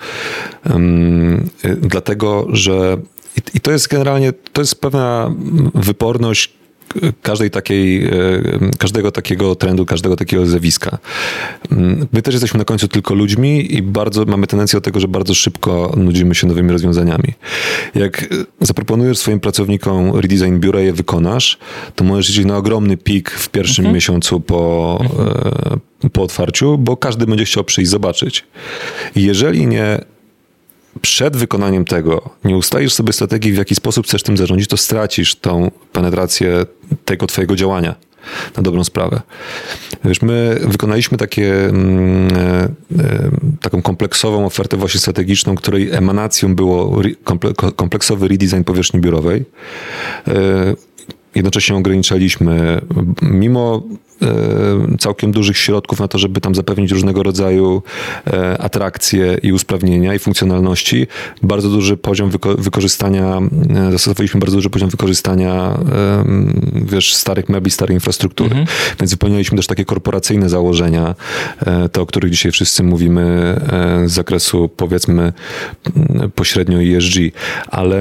Um, dlatego, że i, i to jest generalnie, to jest pewna wyporność każdej takiej, każdego takiego trendu, każdego takiego zjawiska. My też jesteśmy na końcu tylko ludźmi i bardzo mamy tendencję do tego, że bardzo szybko nudzimy się nowymi rozwiązaniami. Jak zaproponujesz swoim pracownikom redesign biura i je wykonasz, to możesz iść na ogromny pik w pierwszym mhm. miesiącu po, mhm. po otwarciu, bo każdy będzie chciał przyjść zobaczyć. I jeżeli nie przed wykonaniem tego nie ustalisz sobie strategii, w jaki sposób chcesz tym zarządzić, to stracisz tą penetrację tego twojego działania na dobrą sprawę. Wiesz, my wykonaliśmy takie, mm, e, taką kompleksową ofertę właśnie strategiczną, której emanacją było re, komple- kompleksowy redesign powierzchni biurowej. E, Jednocześnie ograniczaliśmy, mimo e, całkiem dużych środków na to, żeby tam zapewnić różnego rodzaju e, atrakcje i usprawnienia i funkcjonalności, bardzo duży poziom wyko- wykorzystania, e, zastosowaliśmy bardzo duży poziom wykorzystania e, wiesz, starych mebli, starej infrastruktury. Mhm. Więc wypełnialiśmy też takie korporacyjne założenia, e, te, o których dzisiaj wszyscy mówimy e, z zakresu, powiedzmy, pośrednio E S G. Ale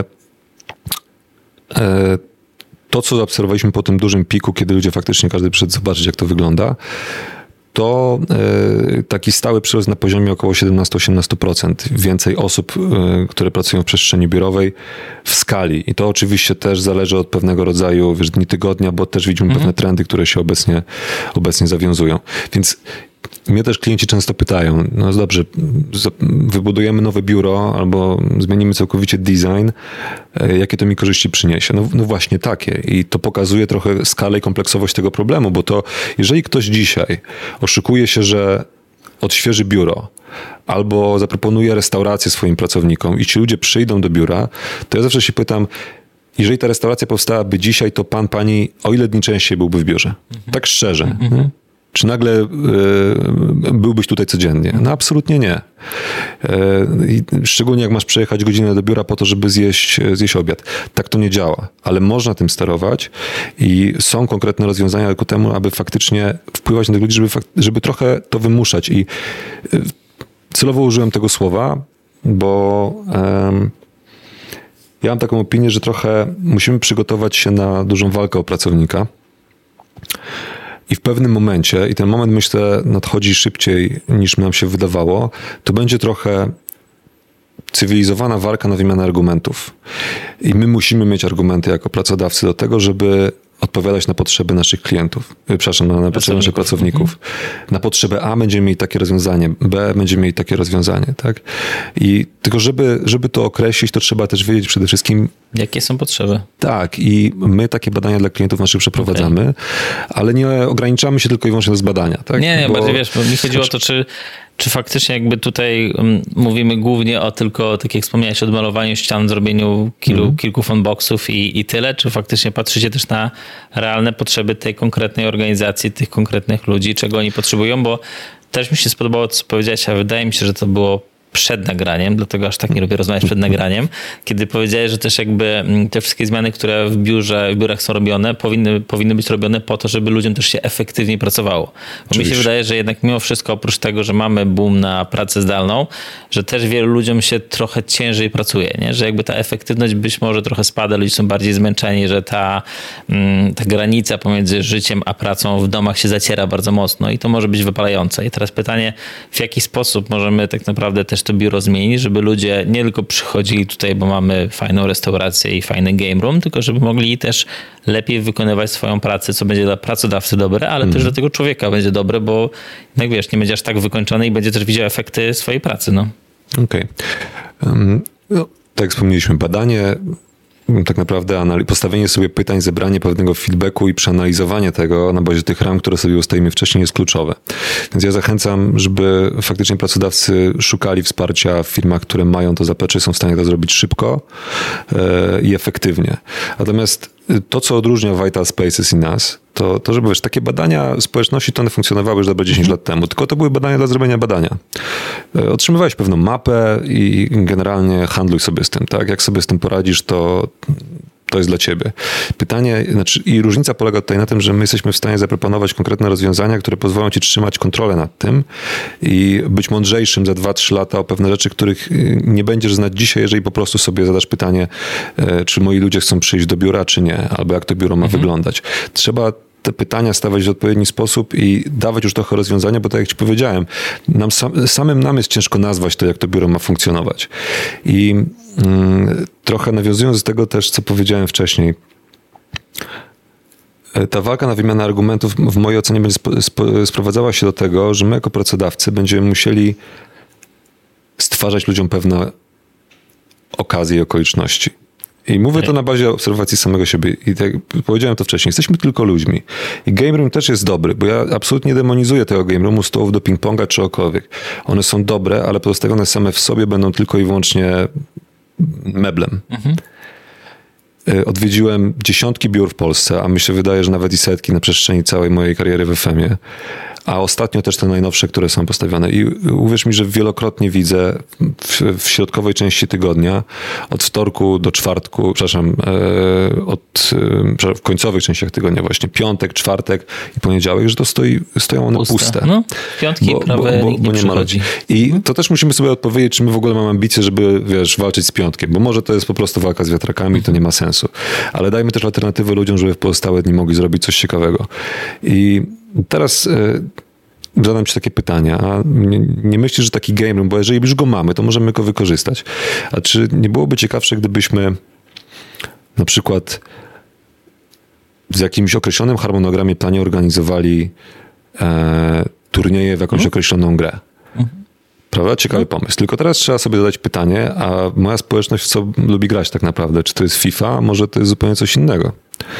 e, to, co zaobserwowaliśmy po tym dużym piku, kiedy ludzie faktycznie każdy przyszedł zobaczyć, jak to wygląda, to taki stały przyrost na poziomie około siedemnaście do osiemnastu procent. Więcej osób, które pracują w przestrzeni biurowej w skali. I to oczywiście też zależy od pewnego rodzaju wiesz, dni tygodnia, bo też widzimy mhm. pewne trendy, które się obecnie, obecnie zawiązują. Więc mnie też klienci często pytają, no dobrze, wybudujemy nowe biuro albo zmienimy całkowicie design, jakie to mi korzyści przyniesie? No, no właśnie takie. I to pokazuje trochę skalę i kompleksowość tego problemu, bo to jeżeli ktoś dzisiaj oszukuje się, że odświeży biuro albo zaproponuje restaurację swoim pracownikom i ci ludzie przyjdą do biura, to ja zawsze się pytam, jeżeli ta restauracja powstałaby dzisiaj, to pan, pani o ile dni częściej byłby w biurze? Mhm. Tak szczerze. Mhm. Czy nagle y, byłbyś tutaj codziennie? No absolutnie nie. Y, szczególnie jak masz przejechać godzinę do biura po to, żeby zjeść, zjeść obiad. Tak to nie działa, ale można tym sterować i są konkretne rozwiązania ku temu, aby faktycznie wpływać na tych ludzi, żeby, żeby trochę to wymuszać. I y, celowo użyłem tego słowa, bo y, ja mam taką opinię, że trochę musimy przygotować się na dużą walkę o pracownika. I w pewnym momencie, i ten moment myślę nadchodzi szybciej niż nam się wydawało, to będzie trochę cywilizowana walka na wymianę argumentów. I my musimy mieć argumenty jako pracodawcy do tego, żeby odpowiadać na potrzeby naszych klientów, przepraszam, na, na potrzeby naszych pracowników. Mhm. Na potrzebę A będziemy mieli takie rozwiązanie, B będziemy mieli takie rozwiązanie, tak? I tylko żeby, żeby to określić, to trzeba też wiedzieć przede wszystkim... Jakie są potrzeby. Tak, i my takie badania dla klientów naszych przeprowadzamy, okay. ale nie ograniczamy się tylko i wyłącznie do zbadania, tak? Nie, nie, bo... bardziej wiesz, bo mi chodziło o to, czy Czy faktycznie jakby tutaj um, mówimy głównie o tylko, tak jak wspomniałeś, odmalowaniu ścian, zrobieniu kilu, mm. kilku phoneboxów i, i tyle? Czy faktycznie patrzycie też na realne potrzeby tej konkretnej organizacji, tych konkretnych ludzi, czego oni potrzebują? Bo też mi się spodobało, co powiedziałeś, a wydaje mi się, że to było przed nagraniem, dlatego aż tak nie lubię rozmawiać przed nagraniem, kiedy powiedziałeś, że też jakby te wszystkie zmiany, które w biurze, w biurach są robione, powinny, powinny być robione po to, żeby ludziom też się efektywniej pracowało. Bo mi się wydaje, że jednak mimo wszystko, oprócz tego, że mamy boom na pracę zdalną, że też wielu ludziom się trochę ciężej pracuje, nie? Że jakby ta efektywność być może trochę spada, ludzie są bardziej zmęczeni, że ta, ta granica pomiędzy życiem a pracą w domach się zaciera bardzo mocno i to może być wypalające. I teraz pytanie, w jaki sposób możemy tak naprawdę też to biuro zmienić, żeby ludzie nie tylko przychodzili tutaj, bo mamy fajną restaurację i fajny game room, tylko żeby mogli też lepiej wykonywać swoją pracę, co będzie dla pracodawcy dobre, ale mm. też dla tego człowieka będzie dobre, bo jak wiesz, nie będzie aż tak wykończony i będzie też widział efekty swojej pracy. No. Okej. Okay. Um, no, tak jak wspomnieliśmy, badanie, tak naprawdę postawienie sobie pytań, zebranie pewnego feedbacku i przeanalizowanie tego na bazie tych ram, które sobie ustalimy wcześniej, jest kluczowe. Więc ja zachęcam, żeby faktycznie pracodawcy szukali wsparcia w firmach, które mają to zaplecze, są w stanie to zrobić szybko yy, i efektywnie. Natomiast to, co odróżnia Vital Spaces i nas, to, to żeby wiesz, takie badania społeczności, to one funkcjonowały już dobre dziesięć lat temu, tylko to były badania dla zrobienia badania. Otrzymywałeś pewną mapę i generalnie handluj sobie z tym, tak? Jak sobie z tym poradzisz, to to jest dla ciebie. Pytanie, znaczy i różnica polega tutaj na tym, że my jesteśmy w stanie zaproponować konkretne rozwiązania, które pozwolą ci trzymać kontrolę nad tym i być mądrzejszym za dwa trzy lata o pewne rzeczy, których nie będziesz znać dzisiaj, jeżeli po prostu sobie zadasz pytanie, czy moi ludzie chcą przyjść do biura, czy nie, albo jak to biuro ma mhm. wyglądać. Trzeba te pytania stawiać w odpowiedni sposób i dawać już trochę rozwiązania, bo tak jak ci powiedziałem, nam sam, samym nam jest ciężko nazwać to, jak to biuro ma funkcjonować. I mm, trochę nawiązując do tego też, co powiedziałem wcześniej, ta walka na wymianę argumentów w mojej ocenie będzie sp- sp- sprowadzała się do tego, że my jako pracodawcy będziemy musieli stwarzać ludziom pewne okazje i okoliczności. I mówię to na bazie obserwacji samego siebie. I tak powiedziałem to wcześniej. Jesteśmy tylko ludźmi. I game room też jest dobry, bo ja absolutnie demonizuję tego game roomu, stołów do ping-ponga czy okolwiek. One są dobre, ale pozostawione same w sobie będą tylko i wyłącznie meblem. Mhm. Odwiedziłem dziesiątki biur w Polsce, a mi się wydaje, że nawet i setki na przestrzeni całej mojej kariery w F M-ie. A ostatnio też te najnowsze, które są postawione. I uwierz mi, że wielokrotnie widzę w, w środkowej części tygodnia, od wtorku do czwartku, przepraszam, e, od, e, w końcowych częściach tygodnia właśnie, piątek, czwartek i poniedziałek, że to stoi, stoją one puste. puste. No, piątki bo, prawie bo, bo, bo nie, nie ma ludzi. I to też musimy sobie odpowiedzieć, czy my w ogóle mamy ambicje, żeby, wiesz, walczyć z piątkiem, bo może to jest po prostu walka z wiatrakami, to nie ma sensu. Ale dajmy też alternatywy ludziom, żeby w pozostałe dni mogli zrobić coś ciekawego. I teraz zadam ci takie pytania, a nie, nie myślisz, że taki game room, bo jeżeli już go mamy, to możemy go wykorzystać. A czy nie byłoby ciekawsze, gdybyśmy na przykład w jakimś określonym harmonogramie, planie organizowali e, turnieje w jakąś hmm. określoną grę? Hmm. Prawda? Ciekawy hmm. pomysł. Tylko teraz trzeba sobie zadać pytanie, a moja społeczność w co lubi grać tak naprawdę? Czy to jest FIFA, a może to jest zupełnie coś innego?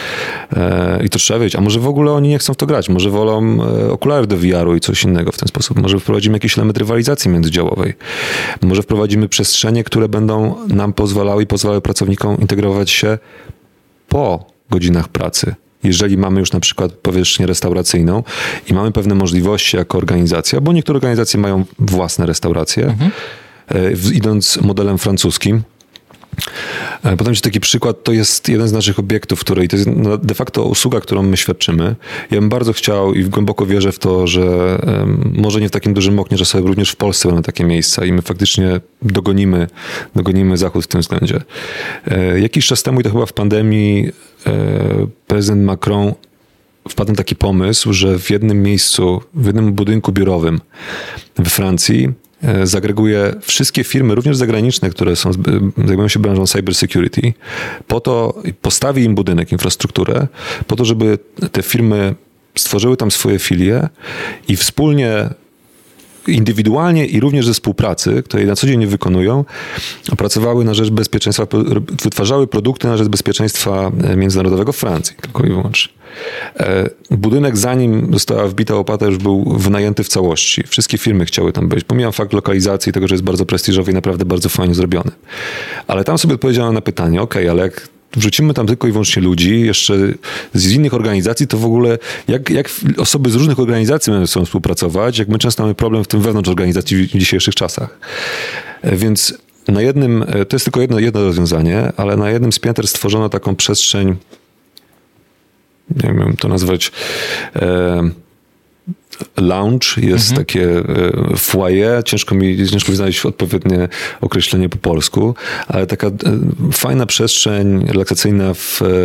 E, I to trzeba wiedzieć. A może w ogóle oni nie chcą w to grać? Może wolą e, okulary do V R-u i coś innego w ten sposób? Może wprowadzimy jakiś element rywalizacji międzydziałowej? Może wprowadzimy przestrzenie, które będą nam pozwalały i pozwalały pracownikom integrować się po godzinach pracy. Jeżeli mamy już na przykład powierzchnię restauracyjną i mamy pewne możliwości jako organizacja, bo niektóre organizacje mają własne restauracje, mhm. e, idąc modelem francuskim. Podam ci taki przykład, to jest jeden z naszych obiektów, który to jest de facto usługa, którą my świadczymy. Ja bym bardzo chciał i głęboko wierzę w to, że um, może nie w takim dużym oknie czasowo, również w Polsce będą takie miejsca i my faktycznie dogonimy, dogonimy Zachód w tym względzie. E, jakiś czas temu, i to chyba w pandemii, e, prezydent Macron wpadł na taki pomysł, że w jednym miejscu, w jednym budynku biurowym we Francji zagreguje wszystkie firmy, również zagraniczne, które są, zajmują się branżą cybersecurity, po to postawi im budynek, infrastrukturę, po to, żeby te firmy stworzyły tam swoje filie i wspólnie, indywidualnie i również ze współpracy, której na co dzień nie wykonują, pracowały na rzecz bezpieczeństwa, wytwarzały produkty na rzecz bezpieczeństwa międzynarodowego w Francji, tylko i wyłącznie. Budynek, zanim została wbita łopata, już był wynajęty w całości. Wszystkie firmy chciały tam być. Pomijam fakt lokalizacji, tego, że jest bardzo prestiżowy i naprawdę bardzo fajnie zrobiony. Ale tam sobie odpowiedziałem na pytanie, ok, ale jak wrzucimy tam tylko i wyłącznie ludzi, jeszcze z innych organizacji, to w ogóle jak, jak osoby z różnych organizacji będą ze sobą współpracować, jak my często mamy problem w tym wewnątrz organizacji w dzisiejszych czasach. Więc na jednym, to jest tylko jedno, jedno rozwiązanie, ale na jednym z pięter stworzono taką przestrzeń, nie wiem to nazwać, e, lounge, jest mhm. takie e, foyer, ciężko mi, ciężko mi znaleźć odpowiednie określenie po polsku, ale taka e, fajna przestrzeń relaksacyjna w e,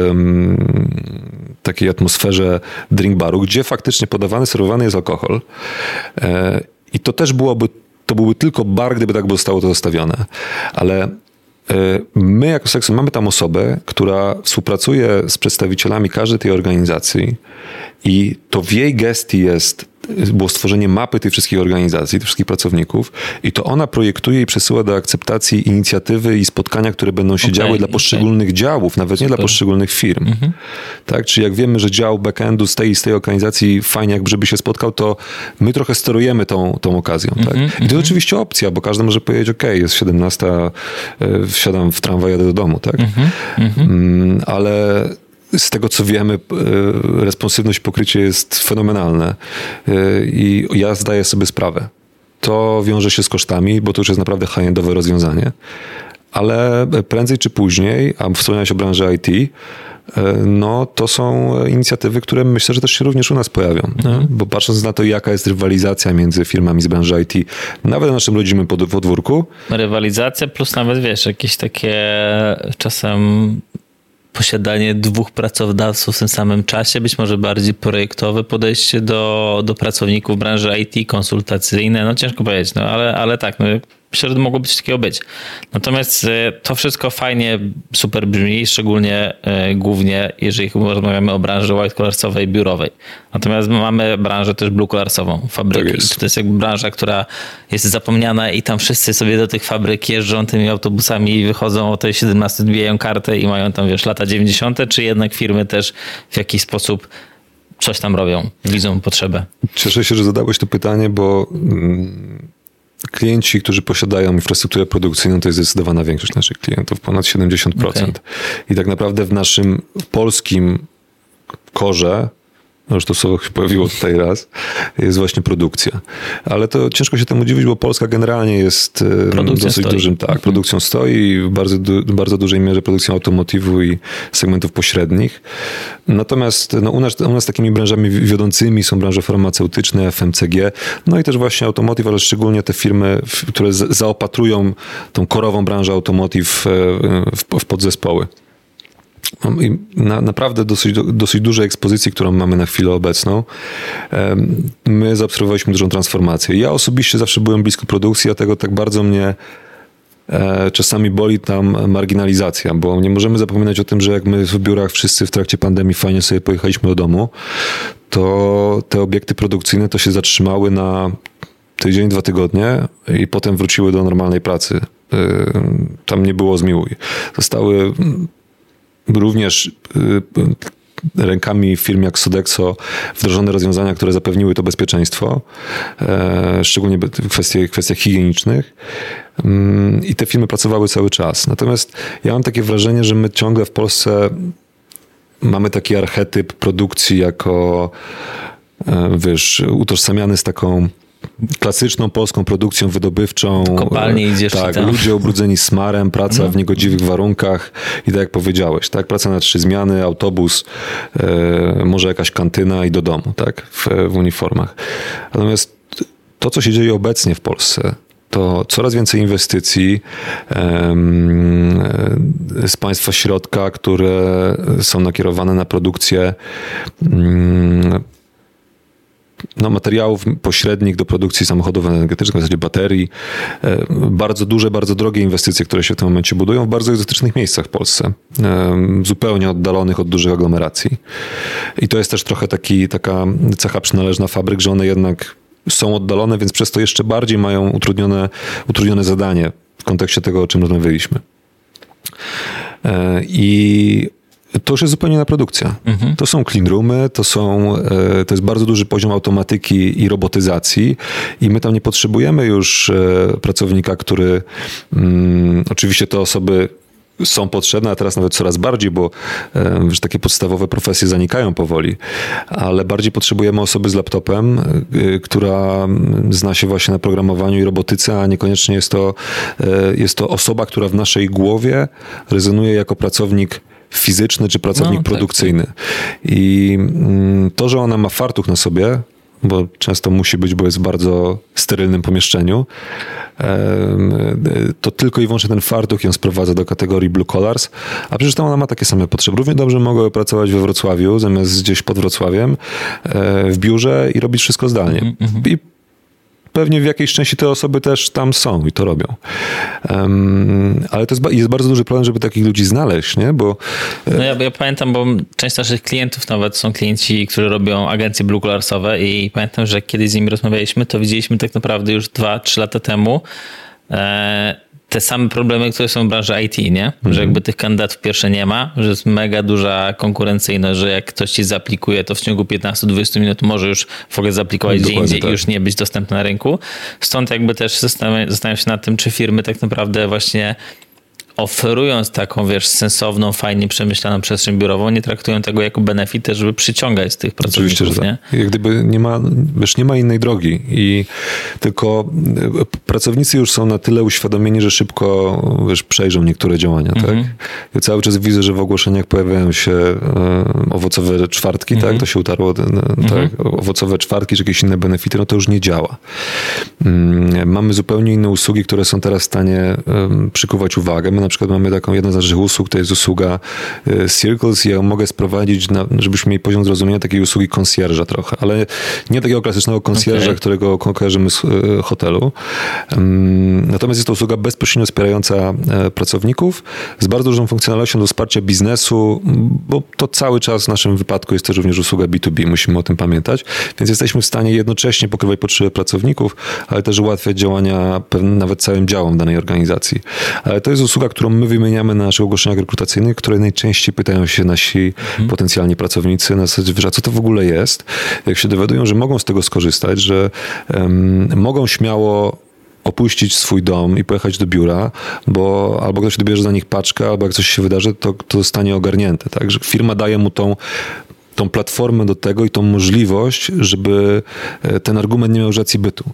takiej atmosferze drink baru, gdzie faktycznie podawany, serwowany jest alkohol. E, I to też byłoby, to byłby tylko bar, gdyby tak zostało to zostawione. Ale my jako Sexon mamy tam osobę, która współpracuje z przedstawicielami każdej tej organizacji i to w jej gestii jest, było stworzenie mapy tych wszystkich organizacji, tych wszystkich pracowników i to ona projektuje i przesyła do akceptacji inicjatywy i spotkania, które będą się okay, działy dla poszczególnych okay. działów, nawet Super. nie dla poszczególnych firm. Mhm. Tak? Czyli jak wiemy, że dział backendu z tej i z tej organizacji fajnie jakby się spotkał, to my trochę sterujemy tą, tą okazją. Tak? Mhm, I to jest oczywiście opcja, bo każdy może powiedzieć, ok, jest siedemnasta, wsiadam w tramwaj, jadę do domu. Tak? Mhm, mhm. Ale z tego, co wiemy, responsywność, pokrycie jest fenomenalne i ja zdaję sobie sprawę. To wiąże się z kosztami, bo to już jest naprawdę high-endowe rozwiązanie, ale prędzej czy później, a wspomniałeś o branży I T, no to są inicjatywy, które myślę, że też się również u nas pojawią. Mhm. Bo patrząc na to, jaka jest rywalizacja między firmami z branży I T, nawet na naszym rodzimym podwórku. Rywalizacja plus nawet, wiesz, jakieś takie czasem posiadanie dwóch pracodawców w tym samym czasie, być może bardziej projektowe podejście do, do pracowników branży I T, konsultacyjne, no ciężko powiedzieć, no ale, ale tak, no myślę, że mogło być takiego być. Natomiast to wszystko fajnie, super brzmi, szczególnie y, głównie, jeżeli rozmawiamy o branży white-collarsowej, biurowej. Natomiast mamy branżę też blue-collarsową, fabryki. Tak jest. To jest jakby branża, która jest zapomniana i tam wszyscy sobie do tych fabryk jeżdżą tymi autobusami i wychodzą o tej siedemnastej, odbijają kartę i mają tam, wiesz, lata dziewięćdziesiąte, czy jednak firmy też w jakiś sposób coś tam robią, widzą potrzebę. Cieszę się, że zadałeś to pytanie, bo mm, klienci, którzy posiadają infrastrukturę produkcyjną, to jest zdecydowana większość naszych klientów, ponad siedemdziesiąt procent. Okay. I tak naprawdę w naszym polskim korze, no już to słowo się pojawiło tutaj raz, jest właśnie produkcja. Ale to ciężko się temu dziwić, bo Polska generalnie jest produkcja dosyć stoi. dużym, tak, mhm. produkcją stoi i w bardzo, du- bardzo dużej mierze produkcją automotywu i segmentów pośrednich. Natomiast no, u, nas, u nas takimi branżami wiodącymi są branże farmaceutyczne, F M C G, no i też właśnie automotive, ale szczególnie te firmy, które z- zaopatrują tą korową branżę automotive w, w podzespoły. na, naprawdę dosyć, dosyć dużej ekspozycji, którą mamy na chwilę obecną, my zaobserwowaliśmy dużą transformację. Ja osobiście zawsze byłem blisko produkcji, dlatego tak bardzo mnie czasami boli tam marginalizacja, bo nie możemy zapominać o tym, że jak my w biurach wszyscy w trakcie pandemii fajnie sobie pojechaliśmy do domu, to te obiekty produkcyjne to się zatrzymały na tydzień, dwa tygodnie i potem wróciły do normalnej pracy. Tam nie było zmiłuj. Zostały również rękami firm jak Sodexo wdrożone rozwiązania, które zapewniły to bezpieczeństwo, szczególnie w kwestii, kwestiach higienicznych. I te firmy pracowały cały czas. Natomiast ja mam takie wrażenie, że my ciągle w Polsce mamy taki archetyp produkcji jako, wiesz, utożsamiany z taką klasyczną polską produkcją wydobywczą. Kopalnie idziesz. Tak, ludzie ubrudzeni smarem, praca no. w niegodziwych warunkach i tak jak powiedziałeś, tak, praca na trzy zmiany, autobus, e, może jakaś kantyna i do domu, tak, w, w uniformach. Natomiast to, co się dzieje obecnie w Polsce, to coraz więcej inwestycji um, z państwa środka, które są nakierowane na produkcję um, no, materiałów pośrednich do produkcji samochodów energetycznych, w zasadzie baterii. Bardzo duże, bardzo drogie inwestycje, które się w tym momencie budują w bardzo egzotycznych miejscach w Polsce. Zupełnie oddalonych od dużych aglomeracji. I to jest też trochę taki, taka cecha przynależna fabryk, że one jednak są oddalone, więc przez to jeszcze bardziej mają utrudnione, utrudnione zadanie w kontekście tego, o czym rozmawialiśmy. I to już jest zupełnie inna produkcja. Mhm. To są clean roomy, to są, to jest bardzo duży poziom automatyki i robotyzacji i my tam nie potrzebujemy już pracownika, który um, oczywiście te osoby są potrzebne, a teraz nawet coraz bardziej, bo wiesz, takie podstawowe profesje zanikają powoli, ale bardziej potrzebujemy osoby z laptopem, która zna się właśnie na programowaniu i robotyce, a niekoniecznie jest to, jest to osoba, która w naszej głowie rezonuje jako pracownik fizyczny czy pracownik no, produkcyjny. Tak. I to, że ona ma fartuch na sobie, bo często musi być, bo jest w bardzo sterylnym pomieszczeniu, to tylko i wyłącznie ten fartuch ją sprowadza do kategorii blue collars, a przecież tam ona ma takie same potrzeby. Równie dobrze mogę pracować we Wrocławiu, zamiast gdzieś pod Wrocławiem, w biurze i robić wszystko zdalnie. Mm-hmm. I pewnie w jakiejś części te osoby też tam są i to robią. Um, ale to jest, jest bardzo duży problem, żeby takich ludzi znaleźć, nie? Bo... No ja, ja pamiętam, bo część naszych klientów nawet są klienci, którzy robią agencje blue collarsowe i pamiętam, że kiedyś z nimi rozmawialiśmy, to widzieliśmy tak naprawdę już dwa, trzy lata temu e, te same problemy, które są w branży I T, nie? Mhm. Że jakby tych kandydatów pierwsze nie ma, że jest mega duża konkurencyjność, że jak ktoś ci zaaplikuje, to w ciągu piętnaście do dwudziestu minut może już w ogóle zaaplikować gdzie indziej tak. i już nie być dostępny na rynku. Stąd jakby też zastanawiam, zastanawiam się nad tym, czy firmy tak naprawdę właśnie oferując taką, wiesz, sensowną, fajnie przemyślaną przestrzeń biurową, nie traktują tego jako benefit, żeby przyciągać tych pracowników. Oczywiście, nie? Tak. Jak gdyby nie ma, wiesz, nie ma innej drogi i tylko pracownicy już są na tyle uświadomieni, że szybko, wiesz, przejrzą niektóre działania, mm-hmm. tak? Ja cały czas widzę, że w ogłoszeniach pojawiają się e, owocowe czwartki, mm-hmm. tak? To się utarło, ten, mm-hmm. tak? Owocowe czwartki, czy jakieś inne benefity, no to już nie działa. Mm, mamy zupełnie inne usługi, które są teraz w stanie um, przykuwać uwagę. My na przykład mamy taką, jedną z naszych usług, to jest usługa Circles i ja mogę sprowadzić, na, żebyśmy mieli poziom zrozumienia takiej usługi concierge'a trochę, ale nie takiego klasycznego concierge'a, okay. którego kojarzymy z hotelu. Natomiast jest to usługa bezpośrednio wspierająca pracowników z bardzo dużą funkcjonalnością do wsparcia biznesu, bo to cały czas w naszym wypadku jest też również usługa B dwa B, musimy o tym pamiętać, więc jesteśmy w stanie jednocześnie pokrywać potrzeby pracowników, ale też ułatwiać działania pewnym, nawet całym działom danej organizacji. Ale to jest usługa, którą my wymieniamy na naszych ogłoszeniach rekrutacyjnych, które najczęściej pytają się nasi hmm. potencjalni pracownicy na zasadzie, wiesz, a co to w ogóle jest? Jak się dowiadują, że mogą z tego skorzystać, że um, mogą śmiało opuścić swój dom i pojechać do biura, bo albo ktoś odbierze za nich paczkę, albo jak coś się wydarzy, to, to zostanie ogarnięte. Tak? Że firma daje mu tą tą platformę do tego i tą możliwość, żeby ten argument nie miał racji bytu.